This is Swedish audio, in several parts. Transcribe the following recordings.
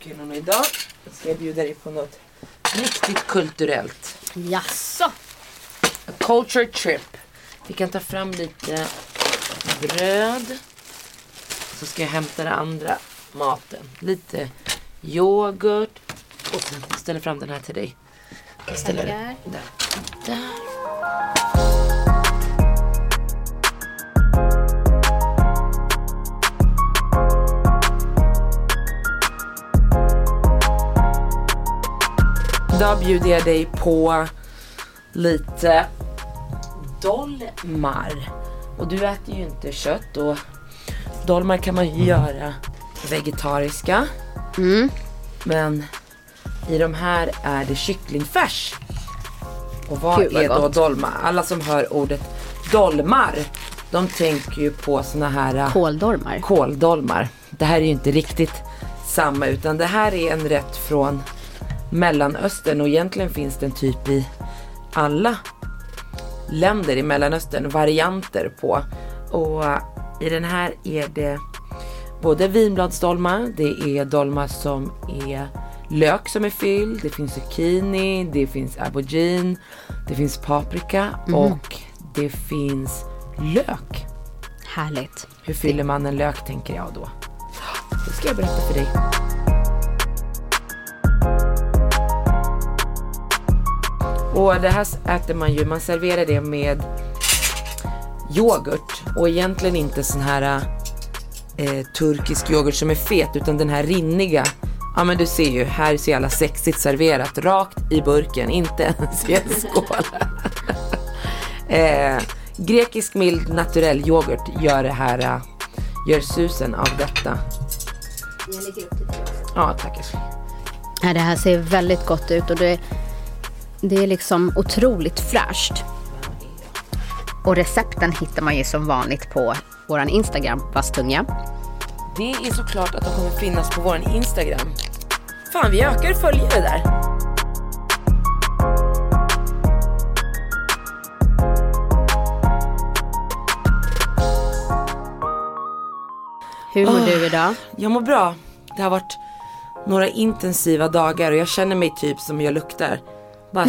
boken och idag ska jag bjuda dig på något riktigt kulturellt. Jaså? A culture trip. Vi kan ta fram lite bröd. Så ska jag hämta den andra maten. Lite yoghurt. Och sen ställer fram den här till dig. Jag ställer den där. Idag bjuder jag dig på lite dolmar. Och du äter ju inte kött. Och dolmar kan man ju göra vegetariska. Men i de här är det kycklingfärs. Och vad är då dolmar? Alla som hör ordet dolmar, de tänker ju på såna här kåldolmar. Det här är ju inte riktigt samma, utan det här är en rätt från Mellanöstern. Och egentligen finns den typ i alla länder i Mellanöstern, varianter på. Och i den här är det både vinbladsdolmar, det är dolmar som är lök som är fylld, det finns zucchini, det finns aubergine, det finns paprika och det finns lök. Härligt. Hur fyller man en lök, tänker jag då? Det ska jag berätta för dig. Och det här äter man ju, man serverar det med yoghurt. Och egentligen inte sån här turkisk yoghurt som är fet, utan den här rinniga. Ja, men du ser ju, här är så jävla sexigt serverat, rakt i burken, inte ens i en skål. Grekisk mild naturell yoghurt gör det här, gör susen av detta. Jag lägger upp det till dig. Ja, tack. Det här ser väldigt gott ut och det är liksom otroligt fräscht. Och recepten hittar man ju som vanligt på våran Instagram, Vastunga. Det är såklart att de kommer finnas på våran Instagram. Fan, vi ökar följare där. Hur mår du idag? Jag mår bra. Det har varit några intensiva dagar och jag känner mig typ som jag luktar. Bara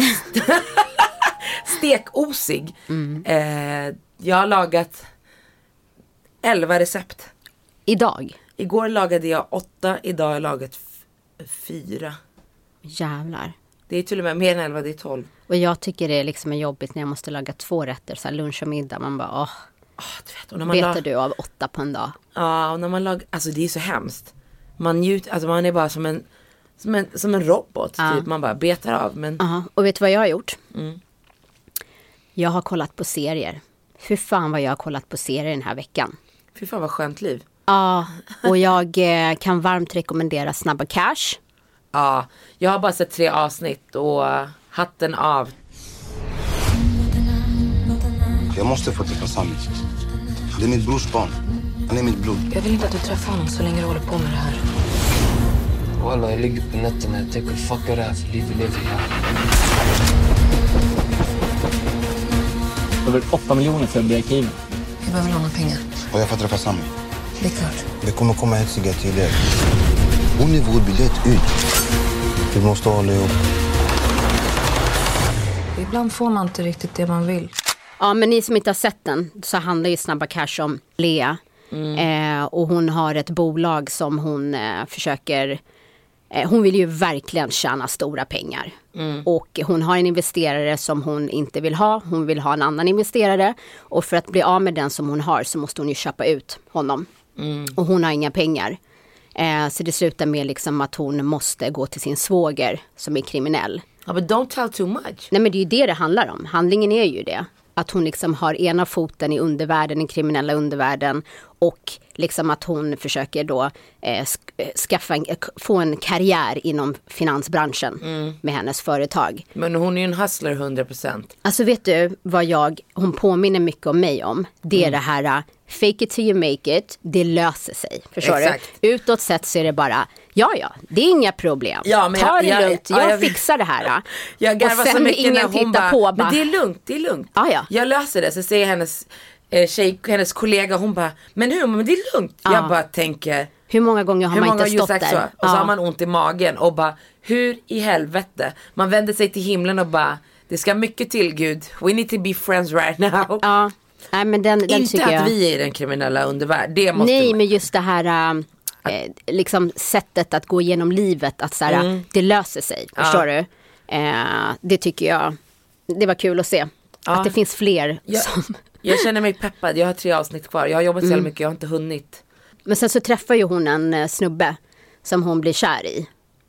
stekosig. Jag har lagat 11 recept. Idag? Igår lagade jag 8, idag har jag lagat 4. Jävlar. Det är till och med mer än 11, det är 12. Och jag tycker det är liksom jobbigt när jag måste laga 2 rätter, så här lunch och middag. Man bara, du vet, och när man betar du av 8 på en dag? Ja, och när man lagar, alltså det är så hemskt. Man alltså man är bara som en robot, typ. Man bara betar av. Men... Och vet du vad jag har gjort? Jag har kollat på serier. Hur fan vad jag har kollat på serier den här veckan. Fy fan vad skönt liv. Ja, och jag kan varmt rekommendera Snabba Cash. Ja, jag har bara sett 3 avsnitt och hatten av. Jag måste få träffa Sami. Det är mitt brors barn. Han är mitt blod. Jag vill inte att du träffar honom så länge du håller på med det här. Wallah, jag ligger på nätterna. Jag tänker, fuck det här för livet lever jag. Över 8 miljoner för arkiven. Jag behöver låna pengar. Och jag får träffa Sami. Det är klart. Det kommer komma hetsiga tider. Hon är vår biljett ut. Vi måste hålla ihop. Ibland får man inte riktigt det man vill. Ja, men ni som inte har sett den, så handlar ju Snabba Cash om Lea. Och hon har ett bolag som hon försöker... hon vill ju verkligen tjäna stora pengar. Och hon har en investerare som hon inte vill ha. Hon vill ha en annan investerare. Och för att bli av med den som hon har så måste hon ju köpa ut honom. Och hon har inga pengar. Så det slutar med liksom att hon måste gå till sin svåger som är kriminell. Ja, men don't tell too much. Nej, men det är ju det handlar om. Handlingen är ju det. Att hon liksom har ena foten i undervärlden, den kriminella undervärlden. Och liksom att hon försöker då få en karriär inom finansbranschen med hennes företag. Men hon är ju en hustler 100%. Alltså vet du vad hon påminner mycket om mig om? Det är det här, fake it till you make it, det löser sig. Förstår Exakt. du? Utåt sett så är det bara, ja, det är inga problem. Ja, men ta det lugnt, jag fixar det här. Jag garvar och sen så mycket ingen när hon tittar på. Men det är lugnt. Ja. Jag löser det, så säger hennes kollega, hon bara, men hur? Men det är lugnt. Jag bara tänker, Hur många gånger har man inte stått där? Så? Och så har man ont i magen och bara, hur i helvete? Man vänder sig till himlen och bara, det ska mycket till Gud. We need to be friends right now. Ja, nej men den inte tycker jag. Att vi är i den kriminella undervärld. Det måste nej, man. men just det här liksom sättet att gå igenom livet, att så här, det löser sig, förstår du? Det tycker jag, det var kul att se. Att det finns fler som... Jag känner mig peppad, jag har 3 avsnitt kvar. Jag har jobbat så jävla mycket, jag har inte hunnit. Men sen så träffar ju hon en snubbe som hon blir kär i.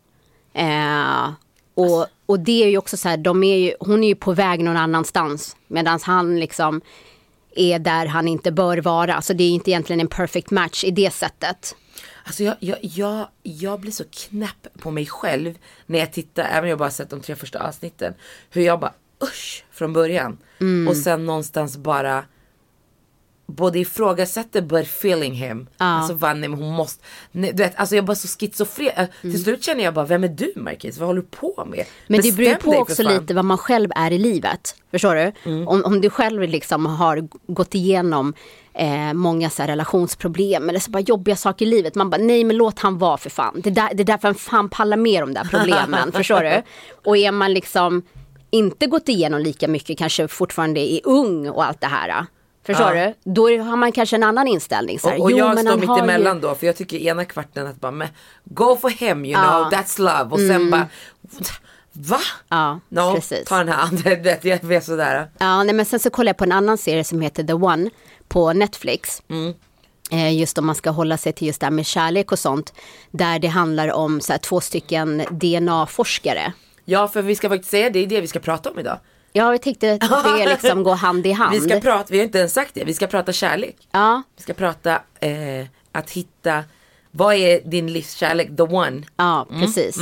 Och det är ju också så här, hon är ju på väg någon annanstans. Medan han liksom är där han inte bör vara. Så det är inte egentligen en perfect match i det sättet. Alltså jag blir så knäpp på mig själv när jag tittar, även om jag bara sett de 3 första avsnitten. Hur jag bara, usch, från början. Och sen någonstans bara både ifrågasätter but feeling him. Alltså vann hon måste. Du vet, alltså jag bara så schizofren. Till slut känner jag bara, vem är du, Marquis? Vad håller du på med? Men det beror på också lite vad man själv är i livet. Förstår du? Om du själv liksom har gått igenom många så här relationsproblem eller så bara jobbiga saker i livet. Man bara, nej men låt han vara för fan. Det är därför han fan pallar med de där problemen. Förstår du? Och är man liksom inte gått igenom lika mycket, kanske fortfarande är ung och allt det här. Förstår du? Då har man kanske en annan inställning. Så här, och jag står mitt emellan då. För jag tycker ena kvarten att bara, go for him, you know, that's love. Och sen bara, va? Ja, no, precis. Ta den här andra, jag vet sådär. Ja, nej, men sen så kollar jag på en annan serie som heter The One på Netflix. Just om man ska hålla sig till just det här med kärlek och sånt. Där det handlar om så här, 2 stycken DNA-forskare. Ja, för vi ska faktiskt säga, det är det vi ska prata om idag. Ja, jag tänkte att det liksom går hand i hand. Vi har inte ens sagt det, vi ska prata kärlek. Ja. Vi ska prata att hitta, vad är din livskärlek, the one. Ja, precis.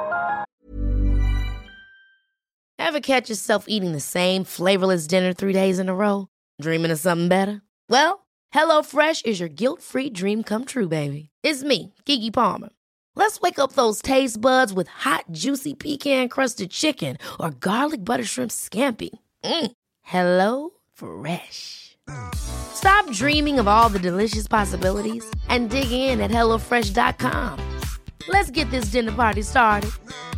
Ever catch yourself eating the same flavorless dinner 3 days in a row? Dreaming of something better? Well, HelloFresh is your guilt-free dream come true, baby. It's me, Keke Palmer. Let's wake up those taste buds with hot, juicy pecan-crusted chicken or garlic butter shrimp scampi. Hello Fresh. Stop dreaming of all the delicious possibilities and dig in at HelloFresh.com. Let's get this dinner party started.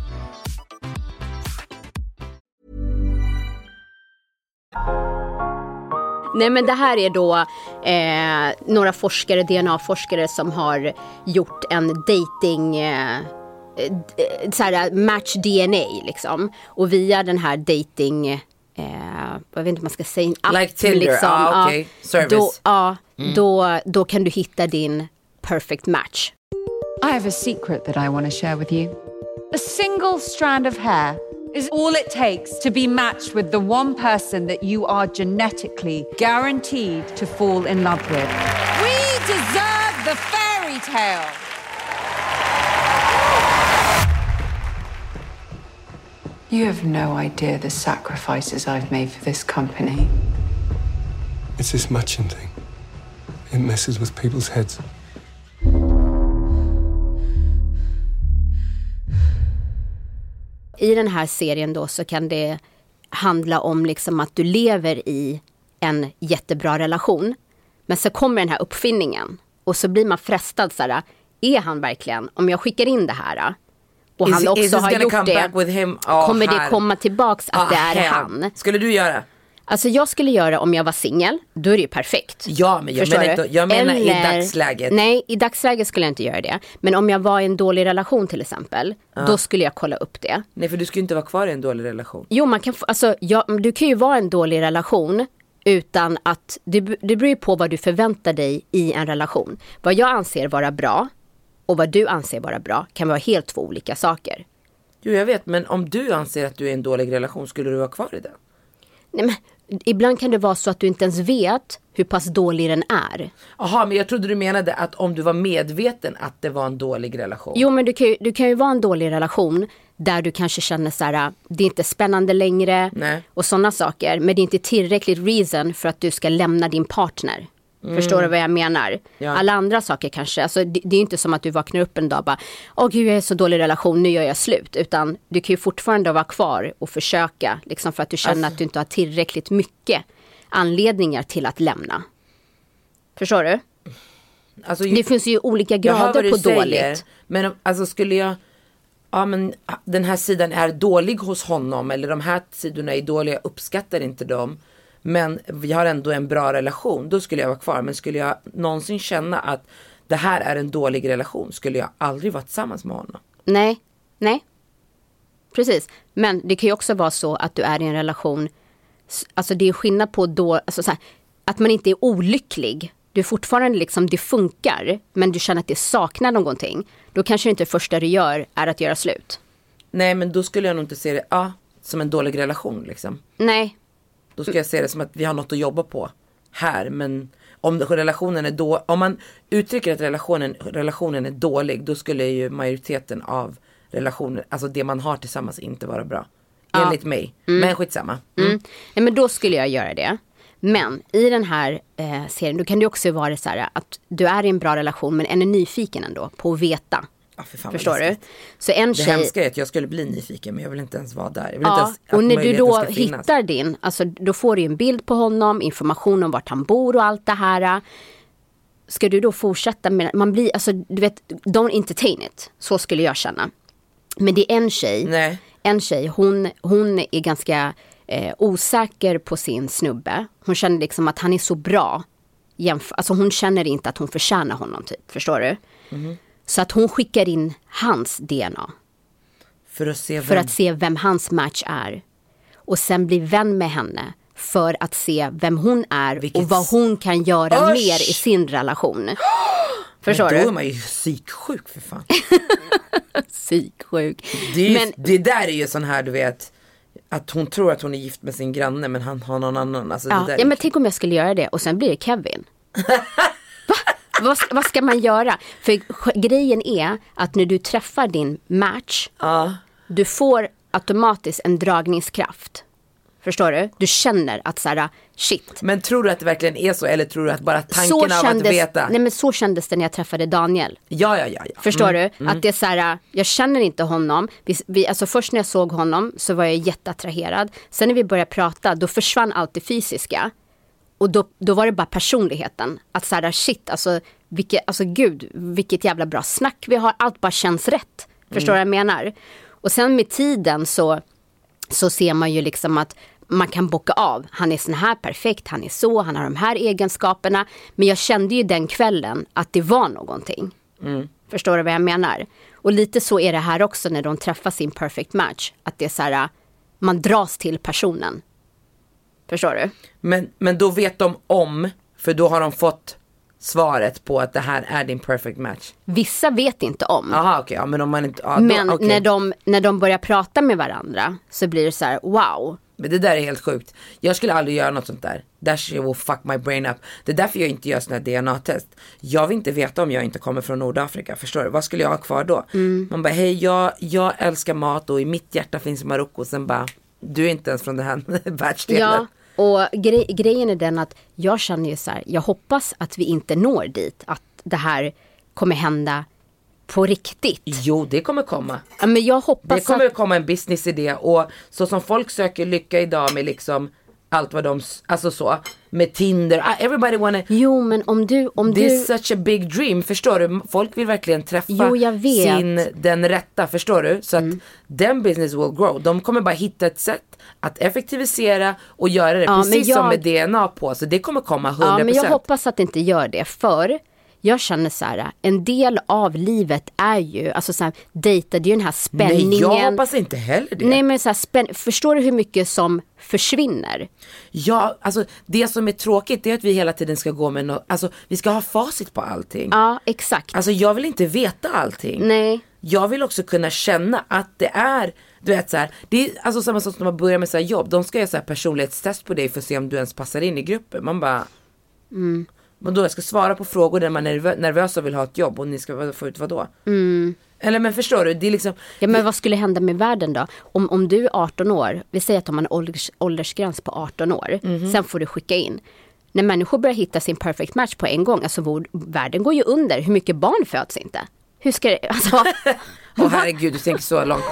Nej, men det här är då några forskare, DNA-forskare som har gjort en dating så här match DNA liksom. Och via den här dating jag vet inte om man ska säga en app, like Tinder, liksom, okay. Service. Då kan du hitta din perfect match. I have a secret that I want to share with you. A single strand of hair is all it takes to be matched with the one person that you are genetically guaranteed to fall in love with. We deserve the fairy tale. You have no idea the sacrifices I've made for this company. It's this matching thing. It messes with people's heads. I den här serien då så kan det handla om liksom att du lever i en jättebra relation. Men så kommer den här uppfinningen och så blir man frestad så här, är han verkligen, om jag skickar in det här och han också har gjort det, kommer det komma tillbaks att det är han. Skulle du göra? Alltså jag skulle göra om jag var singel, då är det ju perfekt. Ja, men jag menar i dagsläget. Nej, i dagsläget skulle jag inte göra det. Men om jag var i en dålig relation till exempel, då skulle jag kolla upp det. Nej, för du skulle inte vara kvar i en dålig relation. Jo, man kan, alltså, du kan ju vara en dålig relation utan att, det beror ju på vad du förväntar dig i en relation. Vad jag anser vara bra och vad du anser vara bra kan vara helt 2 olika saker. Jo, jag vet, men om du anser att du är i en dålig relation, skulle du vara kvar i den? Nej, men ibland kan det vara så att du inte ens vet hur pass dålig den är. Jaha, men jag trodde du menade att om du var medveten att det var en dålig relation. Jo, men du kan ju vara en dålig relation där du kanske känner så här, det är inte spännande längre. Nej. Och sådana saker. Men det är inte tillräckligt reason för att du ska lämna din partner. Förstår du vad jag menar? Ja. Alla andra saker kanske, alltså det är inte som att du vaknar upp en dag och bara, gud, jag är så dålig relation, nu gör jag slut. Utan du kan ju fortfarande vara kvar och försöka, liksom, för att du känner att du inte har tillräckligt mycket anledningar till att lämna. Förstår du? Alltså, det finns ju olika grader på dåligt. Men alltså skulle jag, ja men den här sidan är dålig hos honom, eller de här sidorna är dåliga, jag uppskattar inte dem, men vi har ändå en bra relation, då skulle jag vara kvar. Men skulle jag någonsin känna att det här är en dålig relation, skulle jag aldrig vara tillsammans med honom. Nej. Precis. Men det kan ju också vara så att du är i en relation, alltså det är skillnad på då, alltså så här, att man inte är olycklig. Du är fortfarande liksom, det funkar, men du känner att det saknar någonting. Då kanske inte det första du gör är att göra slut. Nej, men då skulle jag nog inte se det som en dålig relation liksom. Nej. Då ska jag se det som att vi har något att jobba på här. Men om relationen är om man uttrycker att relationen är dålig, då skulle ju majoriteten av relationer, alltså det man har tillsammans, inte vara bra. Enligt mig. Men skitsamma. Nej, men då skulle jag göra det. Men i den här serien, då kan det också vara så här att du är i en bra relation, men är nyfiken ändå på att veta. Förstår du? Så en tjej... Det hemska är att jag skulle bli nyfiken, men jag vill inte ens vara där. Jag vill inte ens och när du då hittar din, alltså då får du en bild på honom, information om vart han bor och allt det här. Ska du då fortsätta med, man blir, alltså du vet, don't entertain it. Så skulle jag känna. Men det är en tjej. Nej. En tjej, hon är ganska osäker på sin snubbe. Hon känner liksom att han är så bra. Alltså hon känner inte att hon förtjänar honom typ, förstår du? Så att hon skickar in hans DNA. För att se vem hans match är. Och sen bli vän med henne. För att se vem hon är och vad hon kan göra mer i sin relation. Förstår du? Men då är man ju psyksjuk för fan. Psyksjuk. Det där är ju sån här, du vet, att hon tror att hon är gift med sin granne, men han har någon annan. Alltså, det där men tänk om jag skulle göra det och sen blir det Kevin. Vad ska man göra? För grejen är att när du träffar din match, du får automatiskt en dragningskraft. Förstår du? Du känner att så här, shit. Men tror du att det verkligen är så? Eller tror du att bara tanken av att veta? Nej, men så kändes det när jag träffade Daniel. Ja. Förstår du? Att det är så här, jag känner inte honom. Alltså först när jag såg honom så var jag jätteattraherad. Sen när vi började prata, då försvann allt det fysiska. Och då var det bara personligheten. Att så här, shit, alltså gud, vilket jävla bra snack vi har. Allt bara känns rätt. Förstår du vad jag menar? Och sen med tiden så ser man ju liksom att man kan bocka av. Han är sån här perfekt, han är så, han har de här egenskaperna. Men jag kände ju den kvällen att det var någonting. Förstår du vad jag menar? Och lite så är det här också när de träffar sin perfect match. Att det är så här, man dras till personen. Förstår du? Men då vet de om, för då har de fått svaret på att det här är din perfect match. Vissa vet inte om. Aha, okej. Ja, men om man inte... Ja, men okay. när de börjar prata med varandra så blir det så här, wow. Men det där är helt sjukt. Jag skulle aldrig göra något sånt där. That shit will fuck my brain up. Det är därför jag inte gör såna här DNA-test. Jag vill inte veta om jag inte kommer från Nordafrika. Förstår du? Vad skulle jag ha kvar då? Man bara, hej, jag älskar mat och i mitt hjärta finns Marocko. Sen bara, du är inte ens från den här världsdelen. Ja. Och grejen är den att jag känner ju så här, jag hoppas att vi inte når dit, att det här kommer hända på riktigt. Jo, det kommer komma. Ja, men jag hoppas det kommer komma en businessidé, och så som folk söker lycka idag med liksom allt vad de, alltså så, med Tinder, everybody wanna. Jo, men om du This is such a big dream, förstår du? Folk vill verkligen träffa den rätta, förstår du? Så att den business will grow. De kommer bara hitta ett sätt att effektivisera och göra det precis som med DNA på. Så det kommer komma 100%. Ja, men jag hoppas att det inte gör det, för jag känner så här, en del av livet är ju, alltså så här, dejta, det är ju den här spänningen. Nej, jag hoppas inte heller det. Nej, men så här, förstår du hur mycket som försvinner? Ja, alltså det som är tråkigt är att vi hela tiden ska gå med alltså vi ska ha facit på allting. Ja, exakt. Alltså jag vill inte veta allting. Nej. Jag vill också kunna känna att det är, du vet så här, det är alltså samma sak som man börjar med så här jobb. De ska göra så här personlighetstest på dig för att se om du ens passar in i gruppen. Man bara men då jag ska svara på frågor där man är nervös och vill ha ett jobb, och ni ska få ut vad då? Eller men förstår du, det är liksom. Ja, men vad skulle hända med världen då? Om du är 18 år, vi säger att de har en åldersgräns på 18 år, sen får du skicka in. När människor börjar hitta sin perfect match på en gång, alltså världen går ju under. Hur mycket barn föds inte? Hur ska det, alltså. Herregud, du tänker så långt.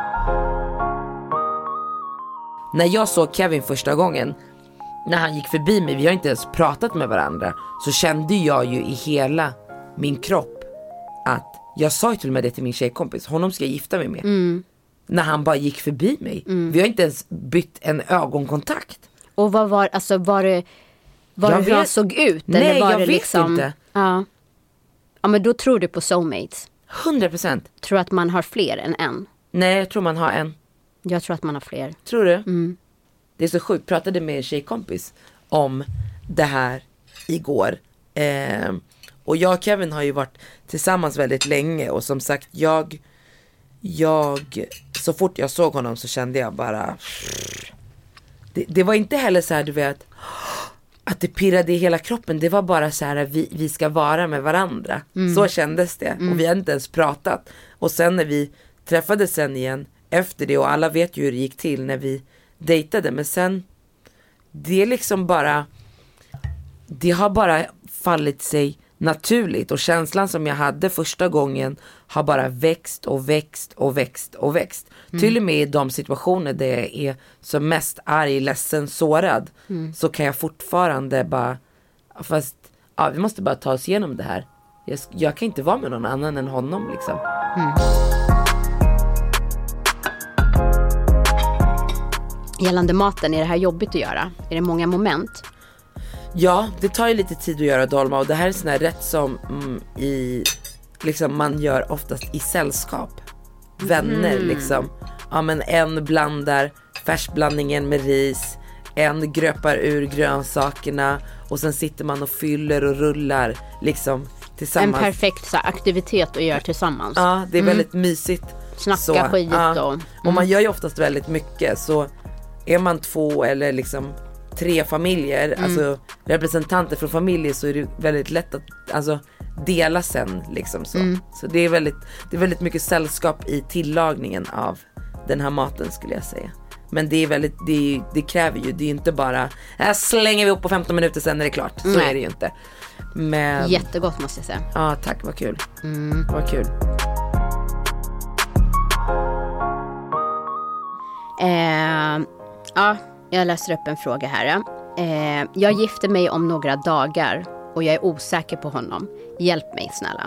När jag såg Kevin första gången, när han gick förbi mig, vi har inte ens pratat med varandra, så kände jag ju i hela min kropp att jag sa ju till och med det till min tjejkompis. Honom ska jag gifta mig med. När han bara gick förbi mig. Vi har inte ens bytt en ögonkontakt. Och vad var, alltså var det hur han såg ut? Nej, eller var jag det vet liksom, inte. Ja, men då tror du på soulmates. 100%. Tror att man har fler än en? Nej, jag tror man har en. Jag tror att man har fler. Tror du? Det är så sjukt. Pratade med en tjejkompis om det här igår. Och jag och Kevin har ju varit tillsammans väldigt länge. Och som sagt, jag så fort jag såg honom så kände jag bara... Det var inte heller så här, du vet, att det pirrade i hela kroppen. Det var bara så här, vi ska vara med varandra. Så kändes det. Och vi hade inte ens pratat. Och sen när vi träffades sen igen efter det, och alla vet ju hur det gick till när vi dejtade. Men sen, det är liksom bara, det har bara fallit sig naturligt. Och känslan som jag hade första gången har bara växt och växt och växt och växt. Till och med i de situationer där jag är som mest arg, ledsen, sårad, så kan jag fortfarande bara, fast ja, vi måste bara ta oss igenom det här. Jag kan inte vara med någon annan än honom liksom. Gällande maten, är det här jobbigt att göra? Är det många moment? Ja, det tar ju lite tid att göra dolma. Och det här är sån här rätt som liksom man gör oftast i sällskap. Vänner liksom. Ja, men en blandar färskblandningen med ris, en gröpar ur grönsakerna, och sen sitter man och fyller och rullar liksom tillsammans. En perfekt så här, aktivitet att göra tillsammans. Ja, det är väldigt mysigt. Snacka skit ja. Och man gör ju oftast väldigt mycket. Så är man 2 eller liksom 3 familjer, alltså representanter från familjer, så är det väldigt lätt att alltså dela sen liksom så. Så det är väldigt mycket sällskap i tillagningen av den här maten, skulle jag säga. Men det är väldigt, det kräver ju, det är inte bara slänger vi upp på 15 minuter sen är det klart. Så är det ju inte. Men jättegott måste jag säga. Ja, tack, vad kul. Vad kul. Ja, jag läser upp en fråga här. Jag gifter mig om några dagar och jag är osäker på honom. Hjälp mig snälla.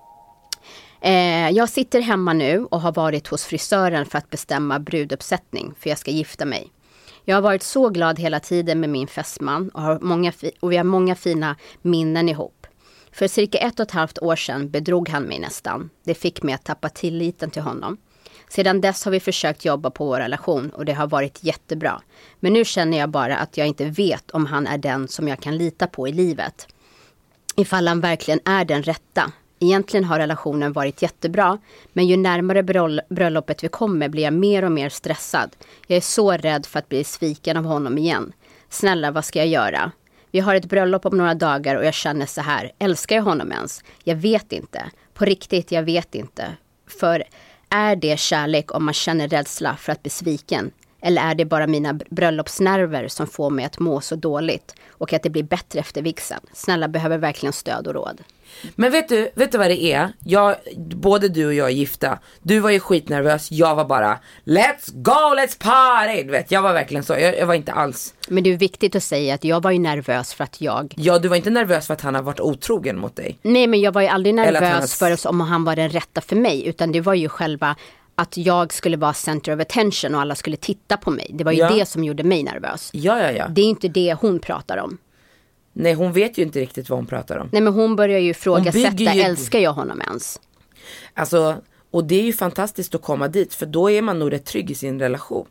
Jag sitter hemma nu och har varit hos frisören för att bestämma bruduppsättning, för jag ska gifta mig. Jag har varit så glad hela tiden med min fästman och vi har många fina minnen ihop. För cirka 1,5 år sedan bedrog han mig nästan. Det fick mig att tappa tilliten till honom. Sedan dess har vi försökt jobba på vår relation och det har varit jättebra. Men nu känner jag bara att jag inte vet om han är den som jag kan lita på i livet. Ifall han verkligen är den rätta. Egentligen har relationen varit jättebra, men ju närmare bröllopet vi kommer blir jag mer och mer stressad. Jag är så rädd för att bli sviken av honom igen. Snälla, vad ska jag göra? Vi har ett bröllop om några dagar och jag känner så här. Älskar jag honom ens? Jag vet inte. På riktigt, jag vet inte. För är det kärlek om man känner rädsla för att bli sviken? Eller är det bara mina bröllopsnerver som får mig att må så dåligt och att det blir bättre efter vigseln? Snälla, behöver verkligen stöd och råd. Men vet du vad det är? Både du och jag är gifta. Du var ju skitnervös, jag var bara let's go, let's party. Du vet, jag var verkligen så, jag var inte alls. Men det är viktigt att säga att jag var ju nervös för att Ja, du var inte nervös för att han har varit otrogen mot dig. Nej, men jag var ju aldrig nervös för om han var den rätta för mig. Utan det var ju själva att jag skulle vara center of attention och alla skulle titta på mig. Det var ju det som gjorde mig nervös. Ja. Det är inte det hon pratar om. Nej, hon vet ju inte riktigt vad hon pratar om. Nej, men hon börjar ju ifrågasätta, älskar jag honom ens? Alltså, och det är ju fantastiskt att komma dit, för då är man nog rätt trygg i sin relation.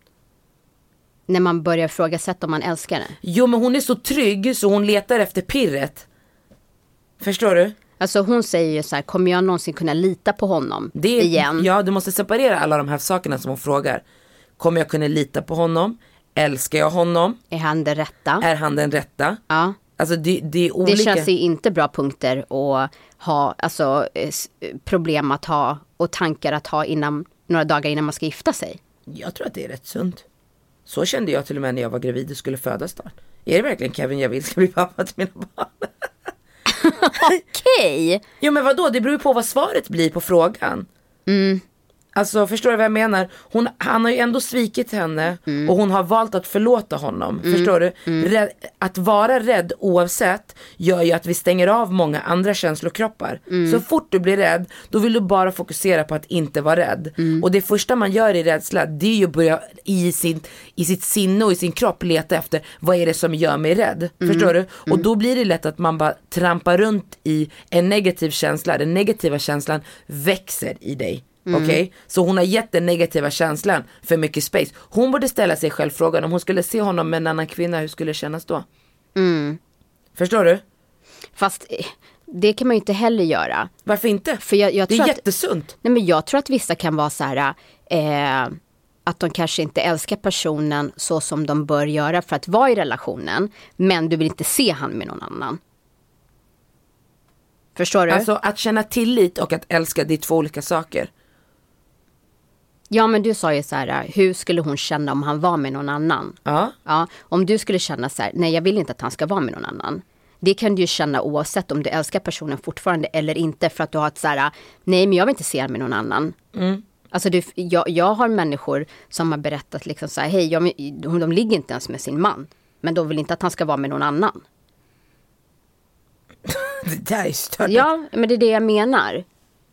När man börjar ifrågasätta om man älskar den. Jo, men hon är så trygg så hon letar efter pirret. Förstår du? Alltså hon säger ju så här, kommer jag någonsin kunna lita på honom igen? Ja, du måste separera alla de här sakerna som hon frågar. Kommer jag kunna lita på honom? Älskar jag honom? Är han den rätta? Är han den rätta? Ja. Alltså det är olika. Det känns ju inte bra punkter att ha, alltså problem att ha och tankar att ha innan, några dagar innan man ska gifta sig. Jag tror att det är rätt sunt. Så kände jag till och med när jag var gravid och skulle föda snart. Är det verkligen Kevin jag vill ska bli pappa till mina barn? Okej. Jo, men vadå? Det beror ju på vad svaret blir på frågan. Alltså förstår du vad jag menar? Han har ju ändå svikit henne och hon har valt att förlåta honom. Förstår du? Att vara rädd oavsett gör ju att vi stänger av många andra känslokroppar. Så fort du blir rädd, då vill du bara fokusera på att inte vara rädd. Och det första man gör i rädsla, det är ju att börja i sitt sinne och i sin kropp leta efter vad är det som gör mig rädd. Förstår du? Och då blir det lätt att man bara trampar runt i en negativ känsla. Den negativa känslan växer i dig. Okej? Så hon har gett den negativa känslan för mycket space. Hon borde ställa sig själv frågan, om hon skulle se honom med en annan kvinna, hur skulle det kännas då? Förstår du? Fast det kan man ju inte heller göra. Varför inte? För jag det tror är jättesunt. Nej, men jag tror att vissa kan vara så här att de kanske inte älskar personen så som de bör göra för att vara i relationen, men du vill inte se han med någon annan. Förstår du? Alltså att känna tillit och att älska, det är två olika saker. Ja, men du sa ju så här, hur skulle hon känna om han var med någon annan? Ja, om du skulle känna så här, nej jag vill inte att han ska vara med någon annan. Det kan du ju känna oavsett om du älskar personen fortfarande eller inte, för att du har ett så här, nej men jag vill inte se honom med någon annan. Alltså jag har människor som har berättat liksom så här, hej, de ligger inte ens med sin man, men de vill inte att han ska vara med någon annan. Det där är stört. Ja, men det är det jag menar.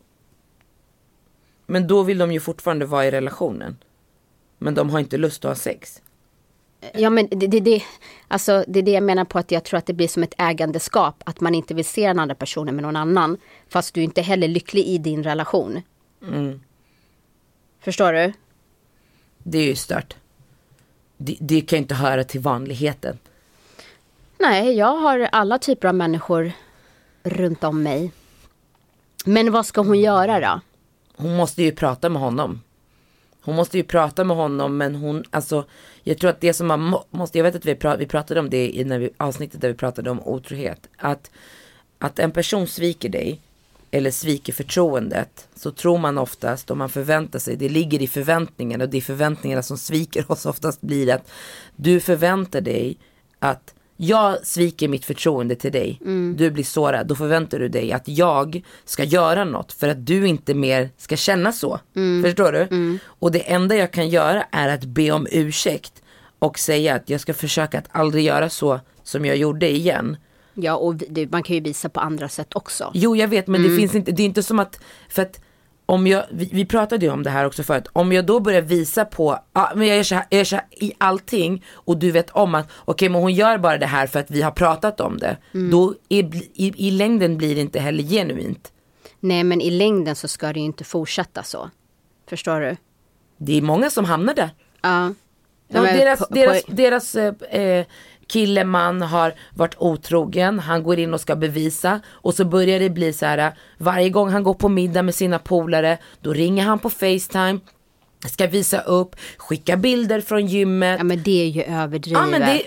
Men då vill de ju fortfarande vara i relationen. Men de har inte lust att ha sex. Ja, men alltså, det är det jag menar på, att jag tror att det blir som ett ägandeskap. Att man inte vill se den andra personen med någon annan. Fast du inte heller är lycklig i din relation. Förstår du? Det är ju stört. Det kan inte höra till vanligheten. Nej, jag har alla typer av människor runt om mig. Men vad ska hon göra då? Hon måste ju prata med honom. Men hon, alltså, jag tror att det som man måste, jag vet att vi pratade om det i avsnittet där vi pratade om otrohet. Att en person sviker dig, eller sviker förtroendet, så tror man oftast, om man förväntar sig, det ligger i förväntningarna, och det är förväntningarna som sviker oss oftast, blir att du förväntar dig att jag sviker mitt förtroende till dig. Du blir sårad. Då förväntar du dig att jag ska göra något för att du inte mer ska känna så. Förstår du? Och det enda jag kan göra är att be om ursäkt och säga att jag ska försöka att aldrig göra så som jag gjorde igen. Ja, och man kan ju visa på andra sätt också. Jo, jag vet, men det finns inte, det är inte som att, för att om vi pratade ju om det här också förut. Om jag då börjar visa på, men jag gör så här i allting, och du vet om att okej, men hon gör bara det här för att vi har pratat om det. Då i längden blir det inte heller genuint. Nej, men i längden så ska det ju inte fortsätta så. Förstår du? Det är många som hamnar där. Ja. Deras killeman har varit otrogen. Han går in och ska bevisa. Och så börjar det bli så här, varje gång han går på middag med sina polare, då ringer han på FaceTime, ska visa upp, skicka bilder från gymmet. Ja, men det är ju överdrivet.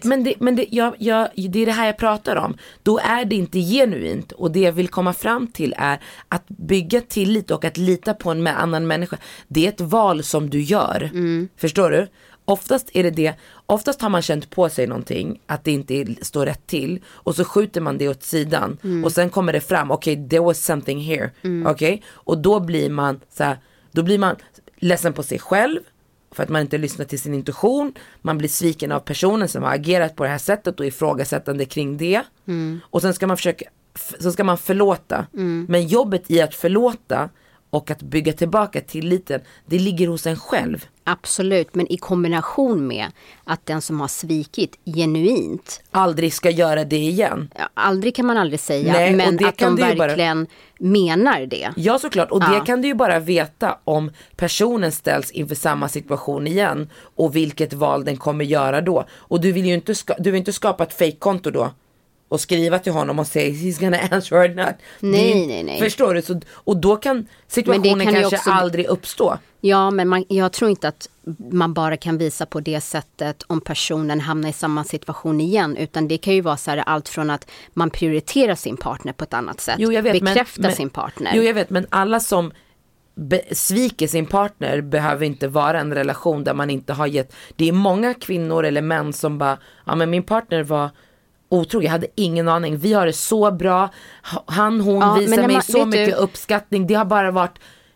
Ja, det är det här jag pratar om. Då är det inte genuint. Och det jag vill komma fram till är att bygga tillit och att lita på en annan människa. Det är ett val som du gör. Förstår du? Oftast är det. Oftast har man känt på sig någonting, att det inte står rätt till, och så skjuter man det åt sidan, och sen kommer det fram, okej, there was something here. Okej? Och då blir man så här, ledsen på sig själv för att man inte lyssnar till sin intuition. Man blir sviken av personen som har agerat på det här sättet och ifrågasättande kring det. Och sen ska man förlåta. Men jobbet i att förlåta och att bygga tillbaka tilliten, det ligger hos en själv. Absolut, men i kombination med att den som har svikit genuint aldrig ska göra det igen. Aldrig kan man aldrig säga. Nej, men att de verkligen menar det. Ja, såklart, och det kan du ju bara veta om personen ställs inför samma situation igen, och vilket val den kommer göra då. Och du vill inte skapa ett fake-konto då och skriva till honom och säga he's gonna answer or not. Nej. Förstår du? Och då kan situationen kanske aldrig uppstå. Ja, men jag tror inte att man bara kan visa på det sättet om personen hamnar i samma situation igen. Utan det kan ju vara så här, allt från att man prioriterar sin partner på ett annat sätt. Jo, jag vet, bekräftar sin partner. Jo, jag vet, men alla som sviker sin partner behöver inte vara en relation där man inte har gett. Det är många kvinnor eller män som bara, ja men min partner var otrogen, jag hade ingen aning, vi har det så bra, hon visar mig så mycket uppskattning, det har bara varit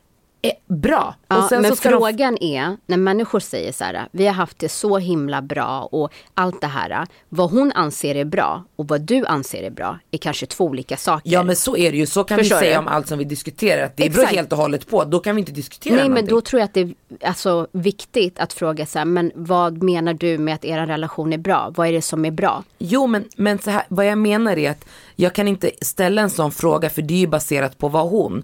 bra. Ja, och sen men så ska frågan är, när människor säger så här, vi har haft det så himla bra och allt det här, vad hon anser är bra och vad du anser är bra är kanske 2 olika saker. Ja, men så är det ju. Så kan Förstår vi säga du? om allt som vi diskuterar. Att det beror helt och hållet på. Då kan vi inte diskutera Nej, men någonting. då tror jag att det är alltså viktigt att fråga så här, men vad menar du med att er relation är bra? Vad är det som är bra? Jo, men så här, vad jag menar är att jag kan inte ställa en sån fråga, för det är ju baserat på vad hon.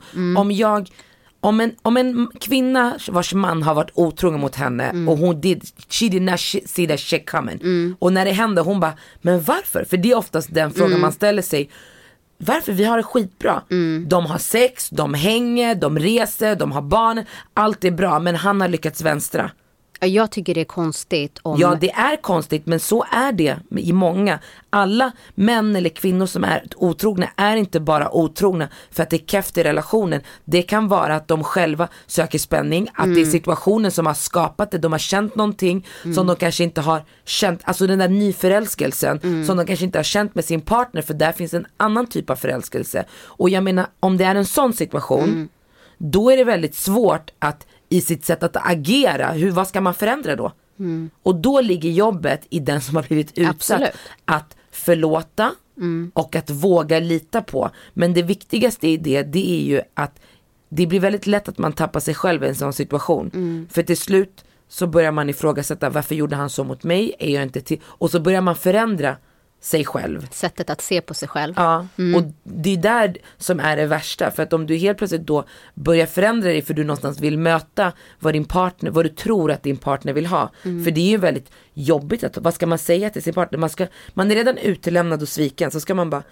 Om en kvinna vars man har varit otrogen mot henne och she did not see that shit coming. Och när det händer, hon bara, men varför? För det är oftast den frågan man ställer sig. Varför? Vi har det skitbra. De har sex, de hänger, de reser, de har barn. Allt är bra, men han har lyckats vänstra. Jag tycker det är konstigt om... Ja, det är konstigt, men så är det i många. Alla män eller kvinnor som är otrogna är inte bara otrogna för att det är kräft i relationen. Det kan vara att de själva söker spänning, att det är situationen som har skapat det. De har känt någonting som de kanske inte har känt, alltså den där nyförälskelsen som de kanske inte har känt med sin partner, för där finns en annan typ av förälskelse. Och jag menar, om det är en sån situation, då är det väldigt svårt att i sitt sätt att agera, vad ska man förändra då? Och då ligger jobbet i den som har blivit utsatt. Absolut. Att förlåta och att våga lita på. Men det viktigaste i det är ju att det blir väldigt lätt att man tappar sig själv i en sån situation. För till slut så börjar man ifrågasätta, varför gjorde han så mot mig? Är jag inte till? Och så börjar man förändra sig själv. Sättet att se på sig själv. Ja, och det är där som är det värsta. För att om du helt plötsligt då börjar förändra dig för du någonstans vill möta vad du tror att din partner vill ha. För det är ju väldigt jobbigt. Vad ska man säga till sin partner? Man är redan utelämnad och sviken. Så ska man bara,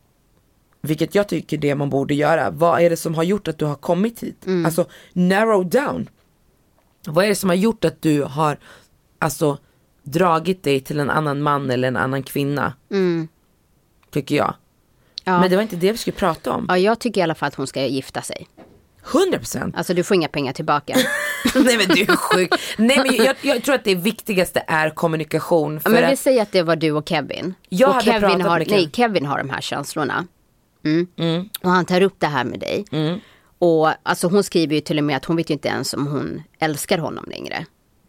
vilket jag tycker det man borde göra. Vad är det som har gjort att du har kommit hit? Alltså, narrow down. Vad är det som har gjort att du har, alltså, dragit dig till en annan man eller en annan kvinna? Tycker jag. Ja. Men det var inte det vi skulle prata om. Ja, jag tycker i alla fall att hon ska gifta sig. 100%. Alltså, du får inga pengar tillbaka. Nej, men du är sjuk. Nej, men jag tror att det viktigaste är kommunikation. För men vi säger att det var du och Kevin. Jag och hade Kevin pratat har, med Kevin. nej, Kevin har de här känslorna. Och han tar upp det här med dig. Och alltså, hon skriver ju till och med att hon vet ju inte ens om hon älskar honom längre.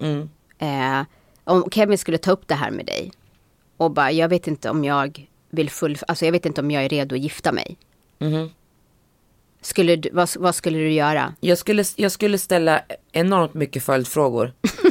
Om Kevin skulle ta upp det här med dig och bara, jag vet inte om jag vill jag vet inte om jag är redo att gifta mig. Vad skulle du göra? Jag skulle ställa enormt mycket följdfrågor.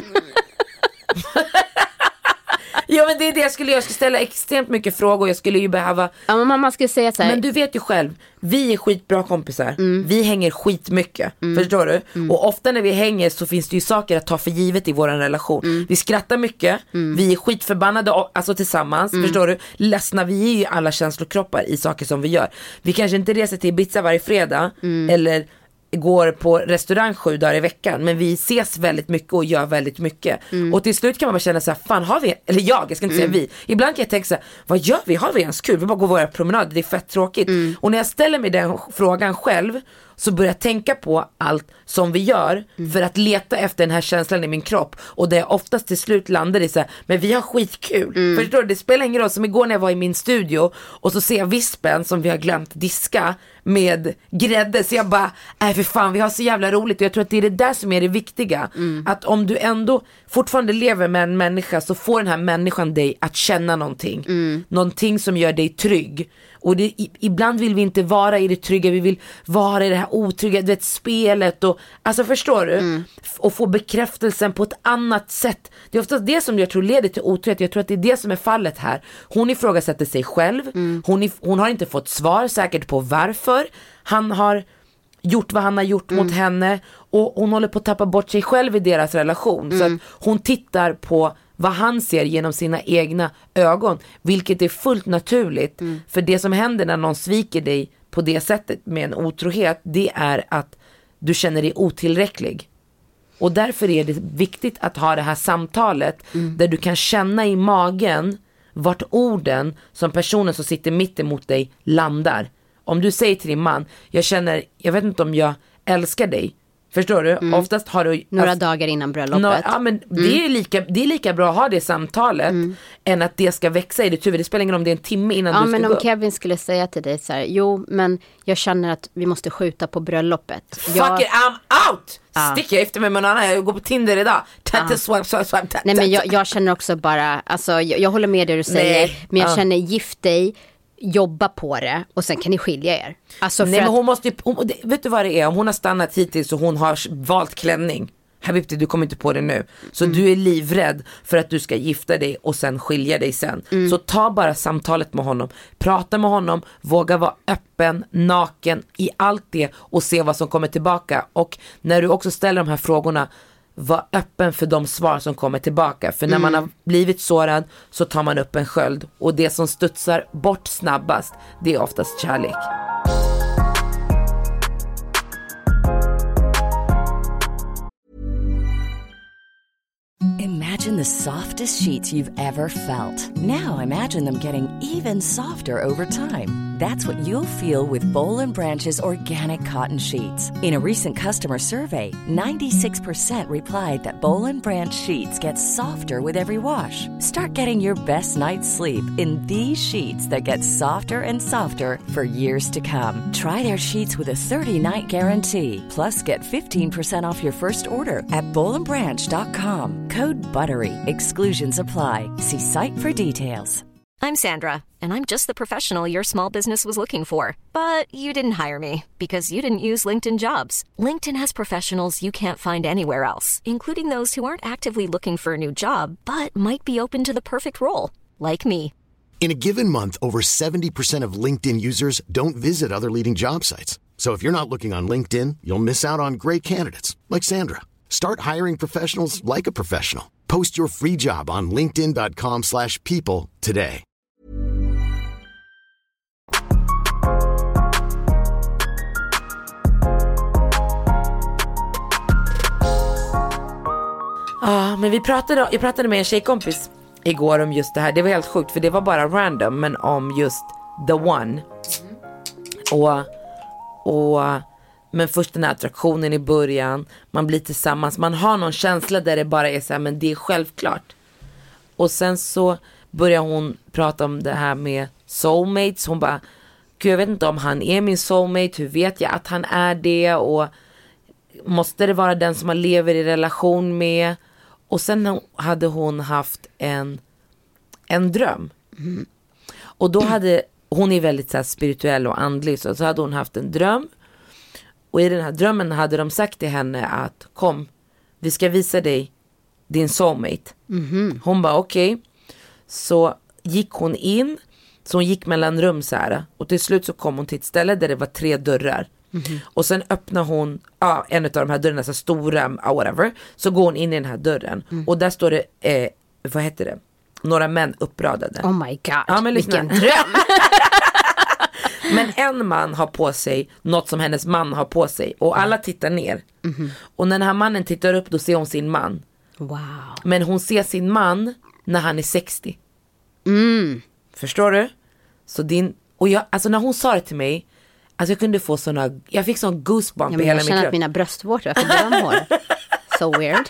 Ja, men det är det jag skulle ställa extremt mycket frågor. Jag skulle ju behöva... Ja, men man skulle säga så här... Men du vet ju själv, vi är skitbra kompisar. Vi hänger skitmycket. Förstår du? Och ofta när vi hänger så finns det ju saker att ta för givet i vår relation. Vi skrattar mycket. Vi är skitförbannade, alltså tillsammans. Förstår du? Ledsna, vi är ju alla känslokroppar i saker som vi gör. Vi kanske inte reser till Ibiza varje fredag. Eller går på restaurang 7 dagar i veckan, men vi ses väldigt mycket och gör väldigt mycket. Och till slut kan man bara känna så här, fan har vi, eller jag ska inte säga vi. Ibland kan jag tänka så här, vad gör vi? Har vi ens kul? Vi bara går våra promenader, det är fett tråkigt. Och när jag ställer mig den frågan själv, så börjar jag tänka på allt som vi gör för att leta efter den här känslan i min kropp. Och det oftast till slut landar i så här, men vi har skitkul. Förstår du? Det spelar ingen roll. Som igår när jag var i min studio och så ser jag vispen som vi har glömt diska med grädde. Så jag bara, för fan, vi har så jävla roligt. Och jag tror att det är det där som är det viktiga. Att om du ändå fortfarande lever med en människa, så får den här människan dig att känna någonting. Någonting som gör dig trygg. Och ibland vill vi inte vara i det trygga, vi vill vara i det här otrygga, du vet, spelet och, alltså förstår du? Och få bekräftelsen på ett annat sätt. Det är ofta det som jag tror leder till otrygghet. Jag tror att det är det som är fallet här. Hon ifrågasätter sig själv. Hon har inte fått svar säkert på varför han har gjort vad han har gjort mot henne. Och hon håller på att tappa bort sig själv i deras relation. Så att hon tittar på vad han ser genom sina egna ögon, vilket är fullt naturligt. För det som händer när någon sviker dig på det sättet med en otrohet, det är att du känner dig otillräcklig. Och därför är det viktigt att ha det här samtalet där du kan känna i magen vart orden som personen som sitter mitt emot dig landar. Om du säger till din man, jag vet inte om jag älskar dig, Förstår du? Oftast har du några dagar innan bröllopet. Ja, men det är lika bra att ha det samtalet än att det ska växa i ditt huvud. Det spelar ingen roll om det är en timme innan du ska men gå om upp. Kevin skulle säga till dig så här, jo, men jag känner att vi måste skjuta på bröllopet. Fuck it, I'm out! Stick jag efter mig med någon annan, jag går på Tinder idag. Swipe. Nej, men jag känner också bara, alltså jag håller med det du säger, men jag känner gift dig, jobba på det och sen kan ni skilja er. Alltså men hon måste ju, vet du vad det är? Om hon har stannat hittills och hon har valt klänning, Habibti, du kommer inte på det nu. Så du är livrädd för att du ska gifta dig och sen skilja dig sen. Så ta bara samtalet med honom. Prata med honom, våga vara öppen, naken i allt det och se vad som kommer tillbaka. Och när du också ställer de här frågorna, var öppen för de svar som kommer tillbaka. För när man har blivit sårad så tar man upp en sköld. Och det som studsar bort snabbast, det är oftast kärlek. Imagine the softest sheets you've ever felt. Now imagine them getting even softer over time. That's what you'll feel with Boll & Branch's organic cotton sheets. In a recent customer survey, 96% replied that Boll & Branch sheets get softer with every wash. Start getting your best night's sleep in these sheets that get softer and softer for years to come. Try their sheets with a 30-night guarantee. Plus, get 15% off your first order at bollandbranch.com. Code BUTTERY. Exclusions apply. See site for details. I'm Sandra, and I'm just the professional your small business was looking for. But you didn't hire me because you didn't use LinkedIn Jobs. LinkedIn has professionals you can't find anywhere else, including those who aren't actively looking for a new job, but might be open to the perfect role, like me. In a given month, over 70% of LinkedIn users don't visit other leading job sites. So if you're not looking on LinkedIn, you'll miss out on great candidates like Sandra. Start hiring professionals like a professional. Post your free job on linkedin.com/people today. Men jag pratade med en tjejkompis igår om just det här. Det var helt sjukt för det var bara random, men om just the one. Men först den här attraktionen i början, man blir tillsammans, man har någon känsla där det bara är så här, men det är självklart. Och sen så börjar hon prata om det här med soulmates. Hon bara, gud, jag vet inte om han är min soulmate, hur vet jag att han är det, och måste det vara den som man lever i relation med? Och sen hade hon haft en dröm. Och då hade hon är väldigt så här spirituell och andlig, så hade hon haft en dröm. Och i den här drömmen hade de sagt till henne att kom, vi ska visa dig din soulmate. Hon bara okej. Så gick hon in, så hon gick mellan rum så här, och till slut så kom hon till ett ställe där det var 3 dörrar. Och sen öppnar hon en av de här dörrarna, så stora, whatever. Så går hon in i den här dörren. Och där står det, vad heter det? Några män uppradade. Oh my god, ja, men vilken dröm. Men en man har på sig något som hennes man har på sig. Och alla tittar ner. Och när den här mannen tittar upp, då ser hon sin man. Wow. Men hon ser sin man när han är 60. Förstår du? Så alltså när hon sa det till mig, alltså jag kunde få jag fick sån goosebump i hela min kropp. Jag känner att mina bröstvårtor är för drömhår. So weird.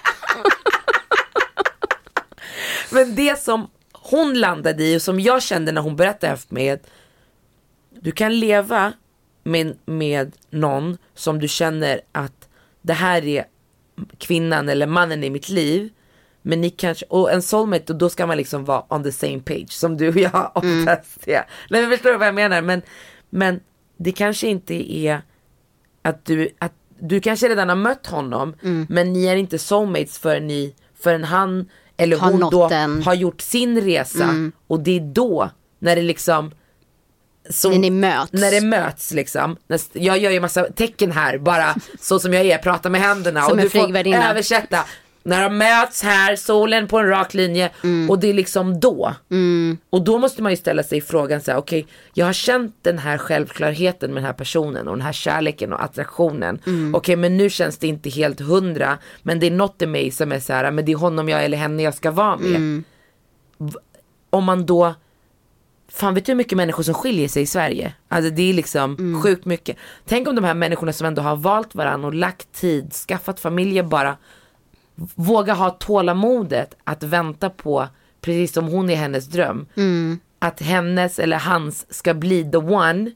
Men det som hon landade i och som jag kände när hon berättade för mig, att du kan leva med någon som du känner att det här är kvinnan eller mannen i mitt liv, men ni kanske, och en soulmate, och då ska man liksom vara on the same page som du och jag oftast är. Nej, men förstår du vad jag menar? Men det kanske inte är att du kanske redan har mött honom, men ni är inte soulmates förrän han eller hon då har gjort sin resa. Och det är då när det liksom när det möts liksom. Jag gör ju massa tecken här bara så som jag är, pratar med händerna som och du får översätta. När de möts här, solen på en rak linje, och det är liksom då. Och då måste man ju ställa sig frågan så här, okej, jag har känt den här självklarheten med den här personen och den här kärleken och attraktionen. Okej, men nu känns det inte helt 100, men det är något i mig som är så här, men det är honom jag eller henne jag ska vara med. Om man då fan vet du hur mycket människor som skiljer sig i Sverige? Alltså det är liksom sjukt mycket. Tänk om de här människorna som ändå har valt varandra och lagt tid, skaffat familjer, bara våga ha tålamodet att vänta på, precis som hon är hennes dröm, att hennes eller hans ska bli the one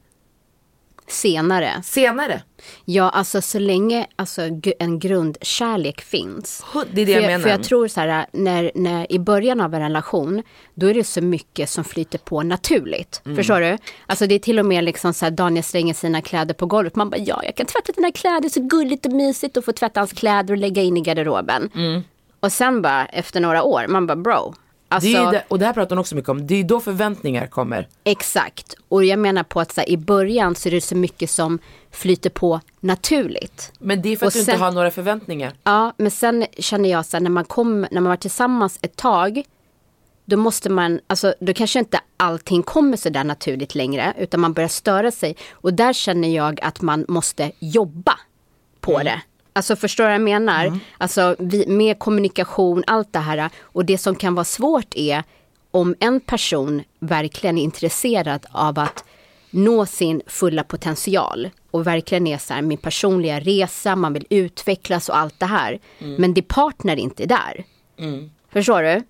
senare. Ja, alltså så länge en grundkärlek finns. Det är det jag menar. För jag tror så här, när i början av en relation, då är det så mycket som flyter på naturligt. Förstår du? Alltså det är till och med liksom så här, Daniel slänger sina kläder på golvet. Man bara, ja, jag kan tvätta dina kläder, så gulligt och mysigt att få tvätta hans kläder och lägga in i garderoben. Och sen bara, efter några år, man bara, bro. Alltså, det är det, och det här pratar hon också mycket om. Det är då förväntningar kommer. Exakt. Och jag menar på att så här, i början så är det så mycket som flyter på naturligt. Men det är för att du inte har några förväntningar. Ja, men sen känner jag så här, när man var tillsammans ett tag, då måste man, alltså då kanske inte allting kommer så där naturligt längre, utan man börjar störa sig. Och där känner jag att man måste jobba på det. Alltså förstår vad jag menar? Alltså med kommunikation, allt det här. Och det som kan vara svårt är om en person verkligen är intresserad av att nå sin fulla potential. Och verkligen är så här, min personliga resa, man vill utvecklas och allt det här. Men det partner inte är där. Förstår du?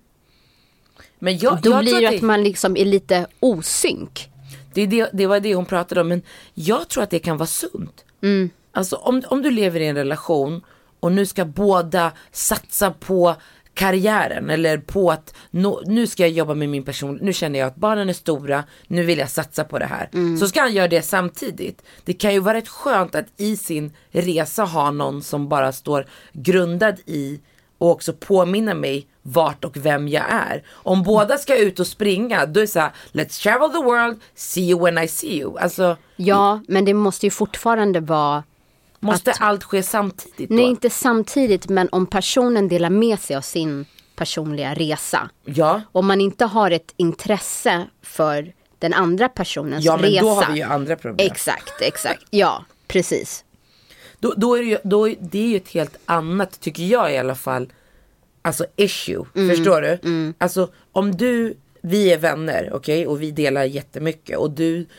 Men då blir det att man liksom är lite osynk. Det var det hon pratade om. Men jag tror att det kan vara sunt. Alltså om du lever i en relation och nu ska båda satsa på karriären eller på att nu ska jag jobba med min person, nu känner jag att barnen är stora, nu vill jag satsa på det här. Så ska han göra det samtidigt. Det kan ju vara rätt skönt att i sin resa ha någon som bara står grundad i och också påminna mig vart och vem jag är. Om båda ska ut och springa, då är det så här, let's travel the world, see you when I see you. Alltså, ja, men det måste ju fortfarande vara... Måste allt ske samtidigt då? Nej, inte samtidigt, men om personen delar med sig av sin personliga resa. Ja. Om man inte har ett intresse för den andra personens resa. Ja, men då har vi ju andra problem. Exakt. Ja, precis. Då är det är ju ett helt annat, tycker jag i alla fall, alltså issue. Förstår du? Alltså om vi är vänner, okej, och vi delar jättemycket och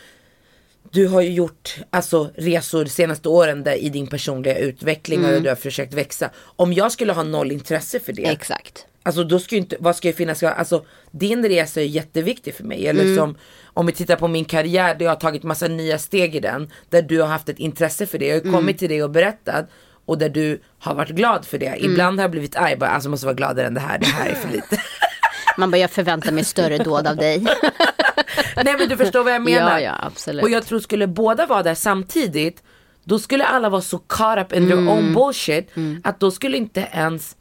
du har ju gjort alltså resor de senaste åren där i din personliga utveckling och du har försökt växa. Om jag skulle ha noll intresse för det. Exakt. Alltså då ska ju inte, vad ska jag finnas? Alltså din resa är jätteviktig för mig. Eller som, om vi tittar på min karriär där jag har tagit massa nya steg i den. Där du har haft ett intresse för det. Jag har kommit till dig och berättat. Och där du har varit glad för det. Ibland har jag blivit arg, bara, alltså måste vara gladare än det här är för lite. Man bara, jag förväntar mig större dåd av dig. Nej, men du förstår vad jag menar. Ja, absolut. Och jag tror skulle båda vara där samtidigt, då skulle alla vara så caught up in their own bullshit att då skulle inte ens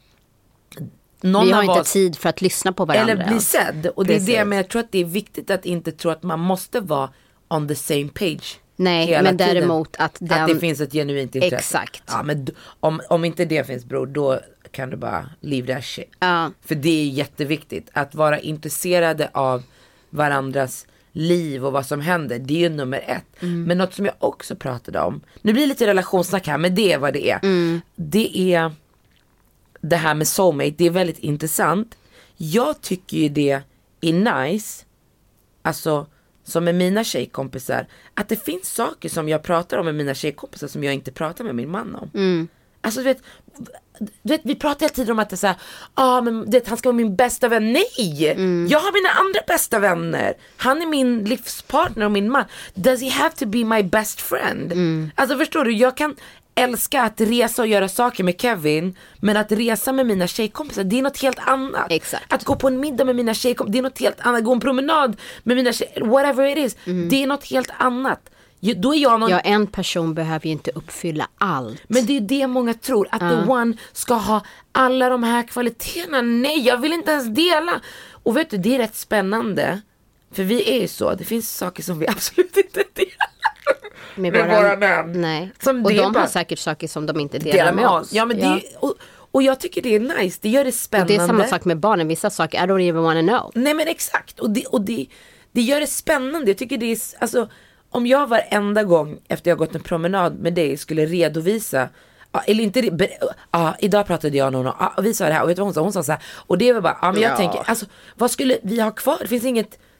någon vi har av inte oss tid för att lyssna på varandra. eller bli sedd. Och det är det, men jag tror att det är viktigt att inte tro att man måste vara on the same page. Nej, men däremot att det finns ett genuint intresse. Exakt. Ja, men om inte det finns, bror, då kan du bara leave that shit. Ja. För det är jätteviktigt att vara intresserade av varandras liv och vad som händer. Det är ju nummer 1. Men något som jag också pratade om, nu blir det lite relationssnack här, men det är vad det är. Det är det här med soulmate. Det är väldigt intressant. Jag tycker ju det är nice, alltså som med mina tjejkompisar, att det finns saker som jag pratar om med mina tjejkompisar som jag inte pratar med min man om. Alltså du vet, vi pratar hela tiden om att det är såhär, men han ska vara min bästa vän. Nej! Jag har mina andra bästa vänner. Han är min livspartner och min man. Does he have to be my best friend? Alltså förstår du, jag kan älska att resa och göra saker med Kevin, men att resa med mina tjejkompisar, det är något helt annat. Exakt. Att gå på en middag med mina tjejkompisar, det är något helt annat. Gå en promenad med mina whatever it is, det är något helt annat. Då är jag någon... Ja, en person behöver ju inte uppfylla allt. Men det är det många tror, att the one ska ha alla de här kvaliteterna. Nej, jag vill inte ens dela. Och vet du, det är rätt spännande. För vi är ju så, det finns saker som vi absolut inte delar med våra män. Nej, som och de har säkert saker som de inte delar med oss. Ja, men det och jag tycker det är nice, det gör det spännande. Och det är samma sak med barnen, vissa saker I don't even wanna know. Nej, men exakt, och det gör det spännande. Jag tycker det är, alltså, om jag varenda gång efter jag gått en promenad med dig skulle redovisa, eller inte, idag pratade jag med någon, vi sa det här, och vet du vad hon sa så här, och det var bara, men jag tänker, alltså, vad skulle vi ha kvar? Det finns inget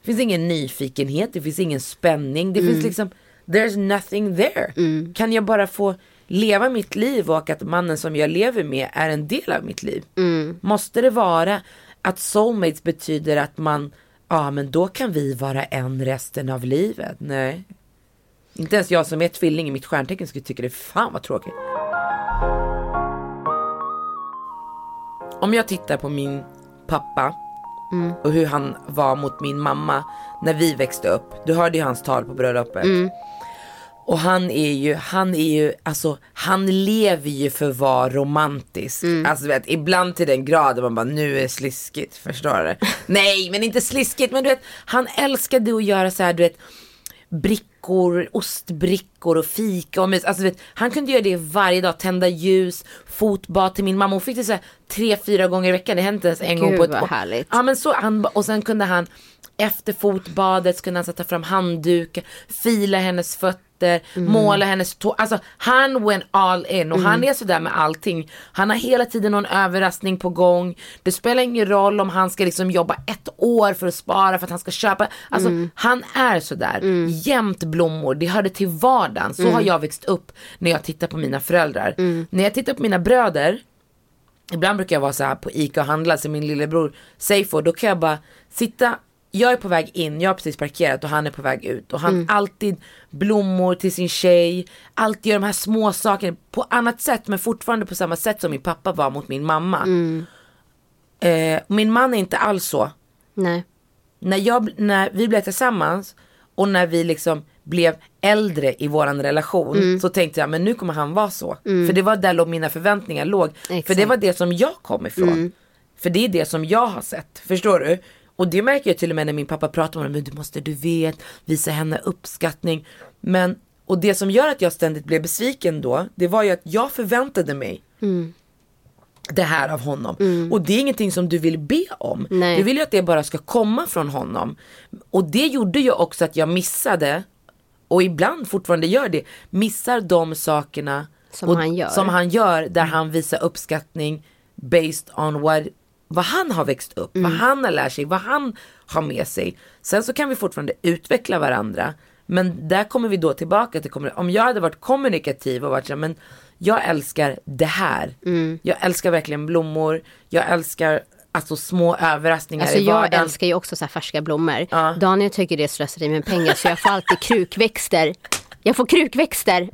Det finns ingen nyfikenhet, det finns ingen spänning. Det finns liksom, there's nothing there. Kan jag bara få leva mitt liv och att mannen som jag lever med är en del av mitt liv? Måste det vara att soulmates betyder att man, men då kan vi vara en resten av livet? Nej. Inte ens jag som är tvilling i mitt stjärntecken skulle tycka det, fan vad tråkigt. Om jag tittar på min pappa och hur han var mot min mamma när vi växte upp. Du hörde ju hans tal på bröllopet. Och han lever ju för att vara romantisk. Alltså vet, ibland till den graden man bara, nu är det sliskigt, förstår du? Nej, men inte sliskigt, men du vet, han älskade att göra så här, du vet, brickor, ostbrickor och fika och mys. Alltså vet, han kunde göra det varje dag, tända ljus, fotbad till min mamma. Hon fick det så här 3-4 gånger i veckan. Det hände inte ens en gång på ett år. Härligt. Ja, men så och sen kunde han efter fotbadet så kunde han sätta fram handdukar, fila hennes fötter, måla hennes tår. Alltså han went all in. Och han är så där med allting. Han har hela tiden någon överraskning på gång. Det spelar ingen roll om han ska liksom jobba 1 år för att spara för att han ska köpa. Alltså han är så där. Jämt blommor, det hörde till vardagen. Så har jag växt upp när jag tittar på mina föräldrar. När jag tittar på mina bröder, ibland brukar jag vara så här på Ica och handla, så min lillebror Seifo, då kan jag bara sitta. Jag är på väg in, jag har precis parkerat och han är på väg ut. Och han alltid blommor till sin tjej. Alltid gör de här små sakerna på annat sätt, men fortfarande på samma sätt som min pappa var mot min mamma. Min man är inte alls så. Nej. När vi blev tillsammans och när vi liksom blev äldre i våran relation, så tänkte jag, men nu kommer han vara så. För det var där mina förväntningar låg. Exakt. För det var det som jag kom ifrån. För det är det som jag har sett. Förstår du? Och det märker jag till och med när min pappa pratar om det. Men du vet, visa henne uppskattning. Och det som gör att jag ständigt blev besviken då, det var ju att jag förväntade mig det här av honom. Och det är ingenting som du vill be om. Nej. Du vill ju att det bara ska komma från honom. Och det gjorde ju också att jag missade, och ibland fortfarande gör det, missar de sakerna som han gör där han visar uppskattning based on vad han har växt upp, vad han har lärt sig, vad han har med sig. Sen så kan vi fortfarande utveckla varandra. Men där kommer vi då tillbaka till, om jag hade varit kommunikativ och varit så, men jag älskar det här. Jag älskar verkligen blommor. Jag älskar alltså små överraskningar i vardagen. Jag älskar ju också så här färska blommor. Ja. Daniel tycker det är slöseri med pengar, så jag får alltid krukväxter. Jag får krukväxter.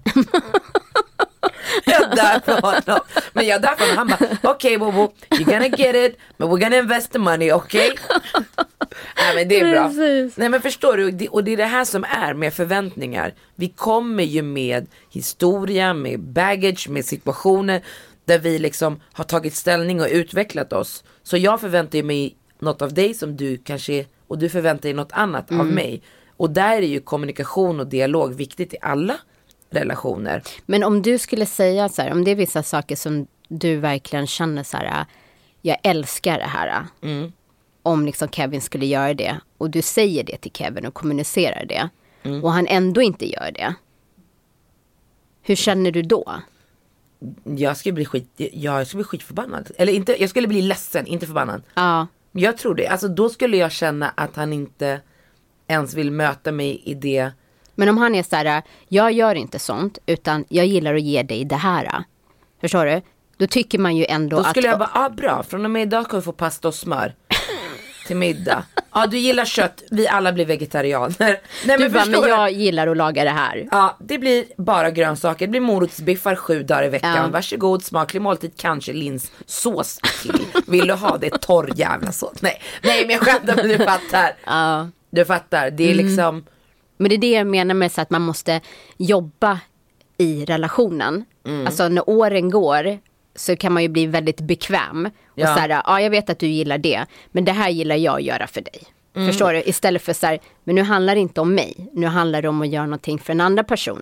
Jag dör för honom. Men jag dör för honom. Han bara, okej, Bobo, you're gonna get it, but we're gonna invest the money, okej? Nej, men det är bra. Precis. Nej, men förstår du, och det är det här som är med förväntningar. Vi kommer ju med historia, med baggage, med situationer där vi liksom har tagit ställning och utvecklat oss. Så jag förväntar mig något av dig som du kanske, och du förväntar dig något annat av mig. Och där är ju kommunikation och dialog viktigt i alla relationer. Men om du skulle säga så här, om det är vissa saker som du verkligen känner så här, jag älskar det här. Om liksom Kevin skulle göra det, och du säger det till Kevin och kommunicerar det, och han ändå inte gör det. Hur känner du då? Jag skulle bli skitförbannad. Eller inte, jag skulle bli ledsen, inte förbannad. Ja. Jag tror det. Alltså då skulle jag känna att han inte ens vill möta mig i det. Men om han är så här, jag gör inte sånt, utan jag gillar att ge dig det här. Förstår du? Då tycker man ju ändå att... Då skulle jag bara, bra, från och med idag kan vi få pasta och smör till middag. Du gillar kött, vi alla blir vegetarianer. Nej, du bara, men jag gillar att laga det här. Ja, det blir bara grönsaker. Det blir morotsbiffar 7 dagar i veckan. Ja. Varsågod, smaklig måltid, kanske linssås till. Vill du ha det torr jävla sås? Nej, men jag skämtar, men du fattar. Ja. Du fattar, det är liksom... Men det är det jag menar med så att man måste jobba i relationen. Alltså när åren går så kan man ju bli väldigt bekväm. Och så här, jag vet att du gillar det, men det här gillar jag att göra för dig. Förstår du? Istället för så här, men nu handlar det inte om mig. Nu handlar det om att göra någonting för den andra personen.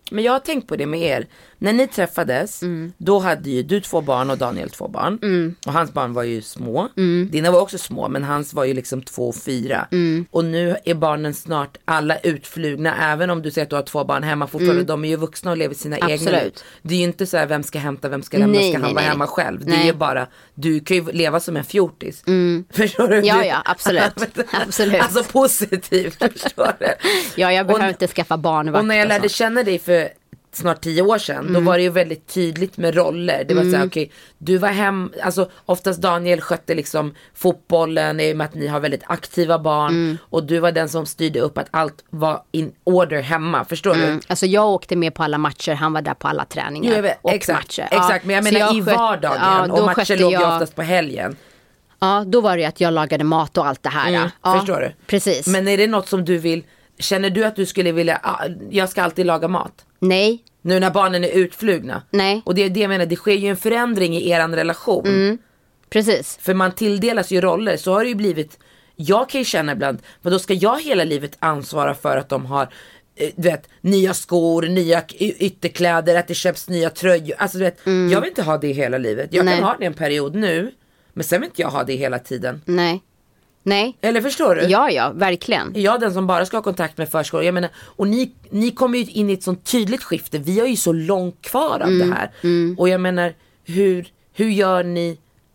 Men jag har tänkt på det med er. När ni träffades, då hade ju du 2 barn och Daniel 2 barn. Och hans barn var ju små. Dina var också små, men hans var ju liksom 2 och 4. Och nu är barnen snart alla utflugna. Även om du säger att du har 2 barn hemma fortfarande. De är ju vuxna och lever sina egna liv. Det är ju inte så här, vem ska hämta, vem ska lämna, ska han vara hemma själv. Det är ju bara, du kan ju leva som en fjortis. Förstår du? Ja, absolut. Absolut. Alltså positivt, förstår du? Ja, jag behöver inte skaffa barnvakt. Och när jag lärde känna dig för snart 10 år sedan, då var det ju väldigt tydligt med roller. Det var så här, okej, du var hem, alltså oftast Daniel skötte liksom fotbollen i och med att ni har väldigt aktiva barn, och du var den som styrde upp att allt var in order hemma, förstår du? Alltså jag åkte med på alla matcher, han var där på alla träningar och matcher. Exakt, men jag menar i vardagen, och matcher låg ju oftast på helgen. Ja, då var det att jag lagade mat och allt det här. Förstår du? Precis. Men är det något som du vill, känner du att du skulle vilja, jag ska alltid laga mat? Nej. Nu när barnen är utflugna. Nej. Och det är det jag menar, det sker ju en förändring i eran relation. Precis. För man tilldelas ju roller, så har det ju blivit, jag kan ju känna ibland, men då ska jag hela livet ansvara för att de har du vet, nya skor, nya ytterkläder, att det köps nya tröjor. Alltså du vet, jag vill inte ha det hela livet. Jag kan ha det en period nu, men sen vill inte jag ha det hela tiden. Nej. Eller förstår du? Ja, verkligen. Jag är den som bara ska ha kontakt med förskolan. Jag menar, och ni kommer ju in i ett sånt tydligt skifte. Vi har ju så långt kvar av det här. Och jag menar, hur gör ni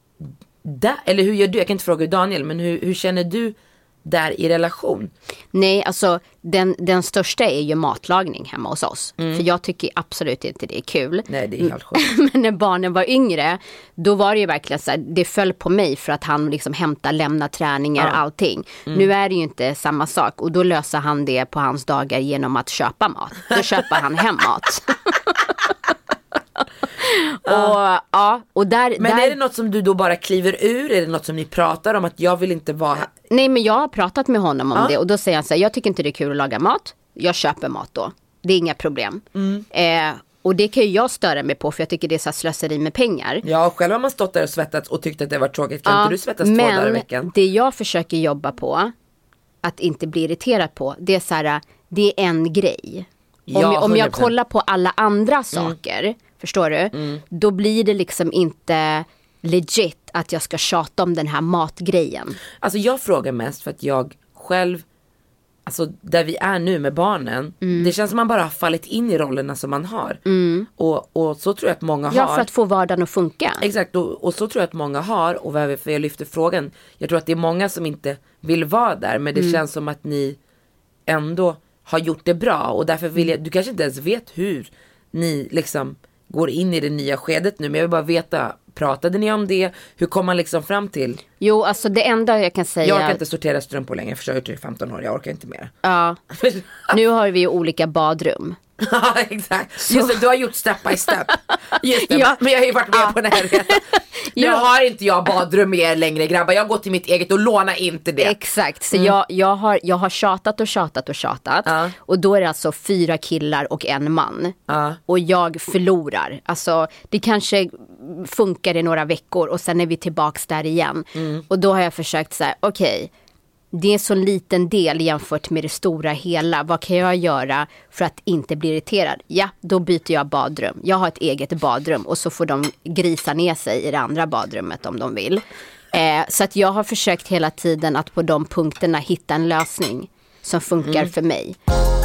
där? Eller hur gör du? Jag kan inte fråga Daniel, men hur känner du där i relation? Nej, alltså den största är ju matlagning hemma hos oss. För jag tycker absolut inte det är kul. Nej, det är helt sjukt. Men när barnen var yngre, då var det ju verkligen så här, det föll på mig för att han liksom lämna träningar, allting. Nu är det ju inte samma sak, och då löser han det på hans dagar genom att köpa mat. Då köper han hem mat. Och där, men är det något som du då bara kliver ur? Är det något som ni pratar om, att jag vill inte vara... Nej, men jag har pratat med honom om det, och då säger han så här, jag tycker inte det är kul att laga mat. Jag köper mat då. Det är inga problem. Och det kan ju jag störa mig på, för jag tycker det är så slöseri med pengar. Ja, själv har man stått där och svettats och tyckt att det var tråkigt. Kan inte du svettas 2 dagar i veckan? Men det jag försöker jobba på, att inte bli irriterad på, det är så här, det är en grej. Om jag kollar på alla andra saker, förstår du? Då blir det liksom inte legit att jag ska tjata om den här matgrejen. Alltså jag frågar mest för att jag själv, alltså där vi är nu med barnen, det känns som man bara har fallit in i rollerna som man har. Och så tror jag att många har. Ja, för att få vardagen att funka. Exakt, och så tror jag att många har, och för jag lyfter frågan, jag tror att det är många som inte vill vara där, men det känns som att ni ändå har gjort det bra, och därför vill jag, du kanske inte ens vet hur ni liksom går in i det nya skedet nu, men jag vill bara veta, pratade ni om det? Hur kom man liksom fram till? Jo, alltså det enda jag kan säga... Jag orkar inte sortera strumpor längre, för jag har gjort det i 15 år, jag orkar inte mer. Ja, nu har vi ju olika badrum. Ja, exakt. Just det, du har gjort step by step. Just det, men jag har ju varit med på det här redan. Nu har inte jag badrum med er längre, grabbar. Jag går till mitt eget och lånar inte det. Exakt, så jag har tjatat. Och då är det alltså 4 killar och 1 man. Och jag förlorar. Alltså det kanske funkar i några veckor, och sen är vi tillbaks där igen. Och då har jag försökt säga, okej, det är så liten del jämfört med det stora hela. Vad kan jag göra för att inte bli irriterad? Ja, då byter jag badrum. Jag har ett eget badrum, och så får de grisa ner sig i det andra badrummet om de vill. Så att jag har försökt hela tiden att på de punkterna hitta en lösning som funkar för mig.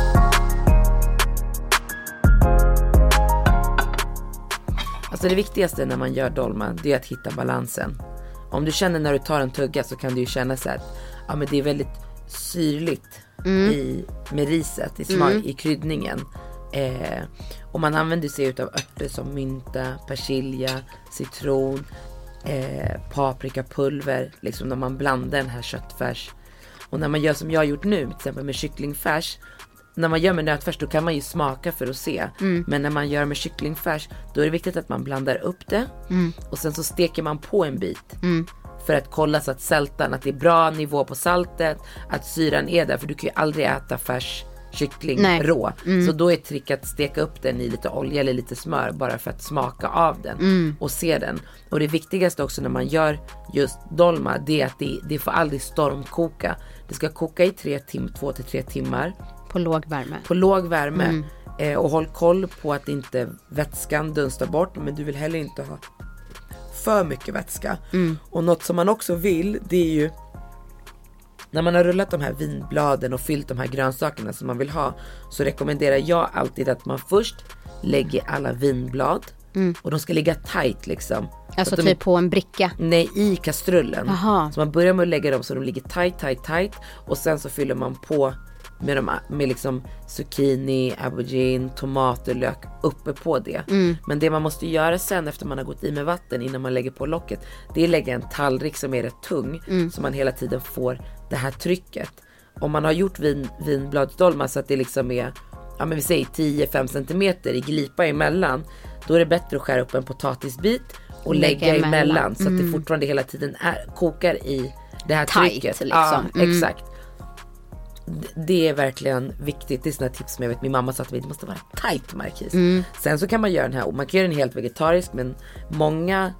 Alltså det viktigaste när man gör dolma, det är att hitta balansen. Om du känner när du tar en tugga, så kan du ju känna så att ja, men det är väldigt syrligt med riset, i kryddningen. Och man använder sig utav örter som mynta, persilja, citron, paprikapulver, liksom när man blandar den här köttfärs. Och när man gör som jag har gjort nu, till exempel med kycklingfärs, när man gör med nötfärs, då kan man ju smaka för att se. Men när man gör med kycklingfärs, då är det viktigt att man blandar upp det. Och sen så steker man på en bit. För att kolla så att sältan, att det är bra nivå på saltet, att syran är där. För du kan ju aldrig äta färs kyckling rå. Så då är trick att steka upp den i lite olja eller lite smör, bara för att smaka av den och se den. Och det viktigaste också när man gör just dolma, det är att det får aldrig stormkoka. Det ska koka i 2 till 3 timmar. På låg värme. På låg värme. Och håll koll på att inte vätskan dunstar bort, men du vill heller inte ha för mycket vätska. Och något som man också vill, det är ju när man har rullat de här vinbladen och fyllt de här grönsakerna som man vill ha, så rekommenderar jag alltid att man först lägger alla vinblad och de ska ligga tight liksom. Alltså typ på en bricka? Nej, i kastrullen. Aha. Så man börjar med att lägga dem så de ligger tight och sen så fyller man på med liksom zucchini, aubergine, tomater, lök uppe på det. Men det man måste göra sen efter man har gått i med vatten innan man lägger på locket, det är att lägga en tallrik som är rätt tung så man hela tiden får det här trycket. Om man har gjort vinbladsdolmar så att det liksom är, ja men vi säger 10-5 centimeter i glipa emellan, då är det bättre att skära upp en potatisbit och lägga emellan så att det fortfarande hela tiden kokar i det här tight, trycket. Liksom. Ja, exakt. Det är verkligen viktigt. Det är såna tips som jag vet min mamma sa att det måste vara tight, Marquis. Sen så kan man göra den här, och man kan göra den helt vegetarisk, men många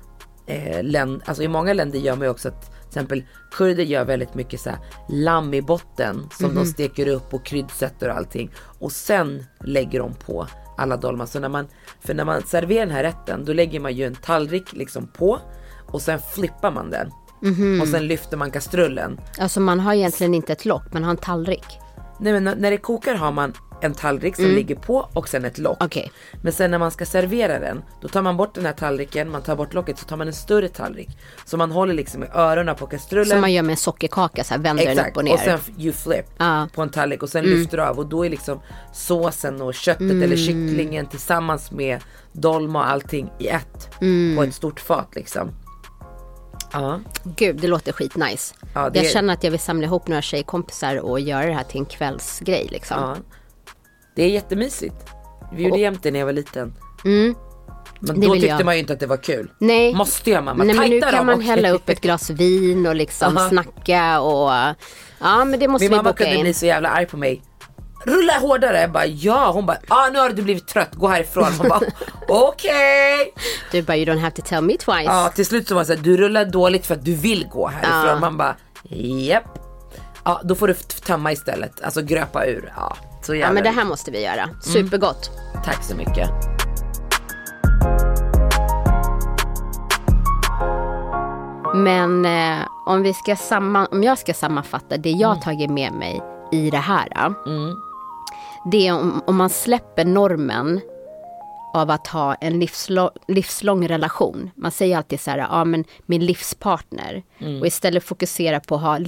i många länder gör man ju också att till exempel kurder gör väldigt mycket så här lamm i botten som de steker upp och kryddsätter och allting, och sen lägger de på alla dolmar. Så när man serverar den här rätten, då lägger man ju en tallrik liksom på och sen flippar man den. Och sen lyfter man kastrullen. Alltså man har egentligen inte ett lock, man har en tallrik. Nej, men när det kokar har man en tallrik som ligger på och sen ett lock. Okay. Men sen när man ska servera den, då tar man bort den här tallriken, man tar bort locket, så tar man en större tallrik. Så man håller liksom i öronen på kastrullen. Som man gör med en sockerkaka, så här vänder den upp och ner. Och sen you flip på en tallrik och sen lyfter du av. Och då är liksom såsen och köttet eller kycklingen tillsammans med dolma och allting i ett på ett stort fat liksom. Ja. Gud, det låter skitnice. Ja, jag känner att jag vill samla ihop några tjejkompisar och göra det här till en kvällsgrej liksom. Ja. Det är jättemysigt. Vi gjorde jämt det när jag var liten. Men då tyckte man ju inte att det var kul. Nej. Måste jag, mamma? Nej, men nu kan man hälla upp ett glas vin och liksom snacka och ja, men det måste vi boka in. Min mamma kunde bli så jävla arg på mig. Rulla hårdare. Jag bara, ja. Hon bara, nu har du blivit trött. Gå härifrån. Hon bara, okej. Du bara, you don't have to tell me twice. Ja, till slut så var det så här, du rullar dåligt för att du vill gå härifrån. Man bara, japp. Ja, då får du tömma istället. Alltså gröpa ur. Ja, så jävla. Ja, men det här måste vi göra. Supergott. Tack så mycket. Men om jag ska sammanfatta det jag tagit med mig i det här. Det är om man släpper normen av att ha en livslång relation. Man säger alltid så här, men min livspartner. Och istället fokusera på att ha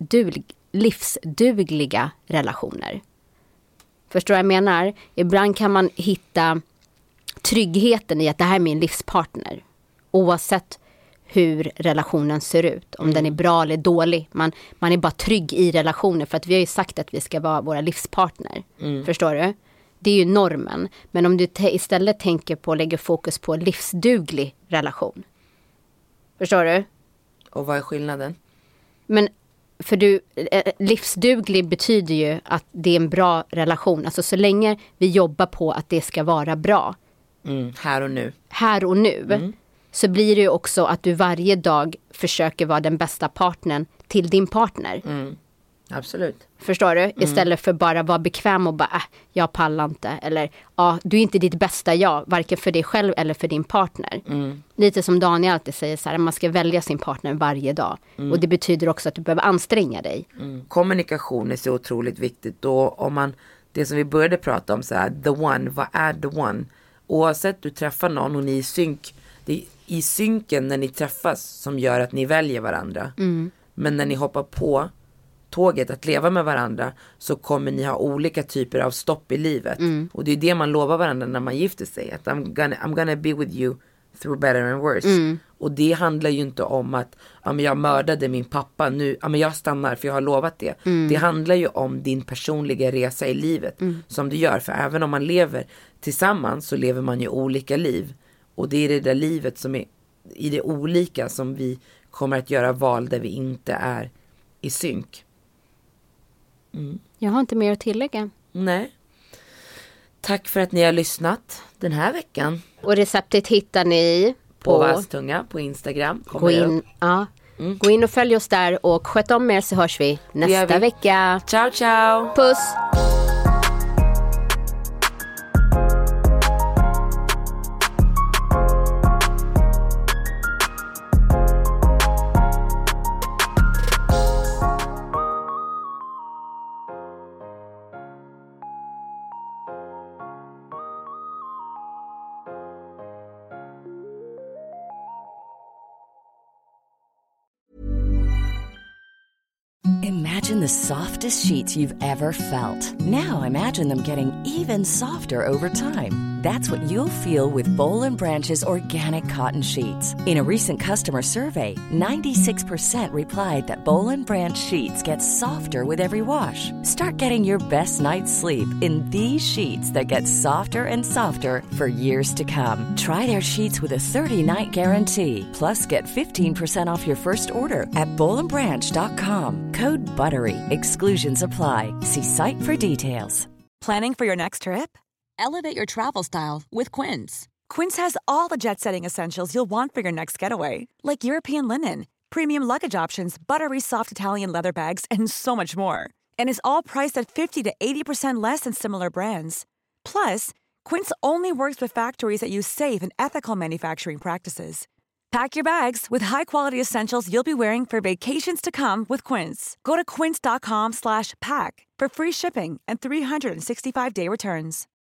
livsdugliga relationer. Förstår vad jag menar? Ibland kan man hitta tryggheten i att det här är min livspartner. Oavsett hur relationen ser ut. Om den är bra eller dålig. Man är bara trygg i relationer. För att vi har ju sagt att vi ska vara våra livspartner. Förstår du? Det är ju normen. Men om du istället tänker på att lägga fokus på livsduglig relation. Förstår du? Och vad är skillnaden? Men för livsduglig betyder ju att det är en bra relation. Alltså så länge vi jobbar på att det ska vara bra. Här och nu. Här och nu. Så blir det ju också att du varje dag försöker vara den bästa partnern till din partner. Absolut. Förstår du? Istället för bara vara bekväm och bara, jag pallar inte. Eller, du är inte ditt bästa jag, varken för dig själv eller för din partner. Lite som Daniel alltid säger så här, man ska välja sin partner varje dag. Och det betyder också att du behöver anstränga dig. Kommunikation är så otroligt viktigt. Och om man, det som vi började prata om så här, the one, vad är the one? Oavsett du träffar någon och ni är i synk, det är i synken när ni träffas som gör att ni väljer varandra. Men när ni hoppar på tåget att leva med varandra så kommer ni ha olika typer av stopp i livet. Och det är det man lovar varandra när man gifter sig. Att I'm gonna be with you through better and worse. Och det handlar ju inte om att jag mördade min pappa nu, jag stannar för jag har lovat det. Det handlar ju om din personliga resa i livet som du gör. För även om man lever tillsammans så lever man ju olika liv. Och det är det där livet som är i det olika som vi kommer att göra val där vi inte är i synk. Jag har inte mer att tillägga. Nej. Tack för att ni har lyssnat den här veckan. Och receptet hittar ni på Vastunga på Instagram. Gå in och följ oss där och sköt om er så hörs vi nästa vecka. Ciao, ciao. Puss. Imagine the softest sheets you've ever felt. Now imagine them getting even softer over time. That's what you'll feel with Boll & Branch's organic cotton sheets. In a recent customer survey, 96% replied that Boll & Branch sheets get softer with every wash. Start getting your best night's sleep in these sheets that get softer and softer for years to come. Try their sheets with a 30-night guarantee. Plus, get 15% off your first order at bollandbranch.com. Code BUTTERY. Exclusions apply. See site for details. Planning for your next trip? Elevate your travel style with Quince. Quince has all the jet-setting essentials you'll want for your next getaway, like European linen, premium luggage options, buttery soft Italian leather bags, and so much more. And is all priced at 50 to 80% less than similar brands. Plus, Quince only works with factories that use safe and ethical manufacturing practices. Pack your bags with high-quality essentials you'll be wearing for vacations to come with Quince. Go to quince.com/pack for free shipping and 365-day returns.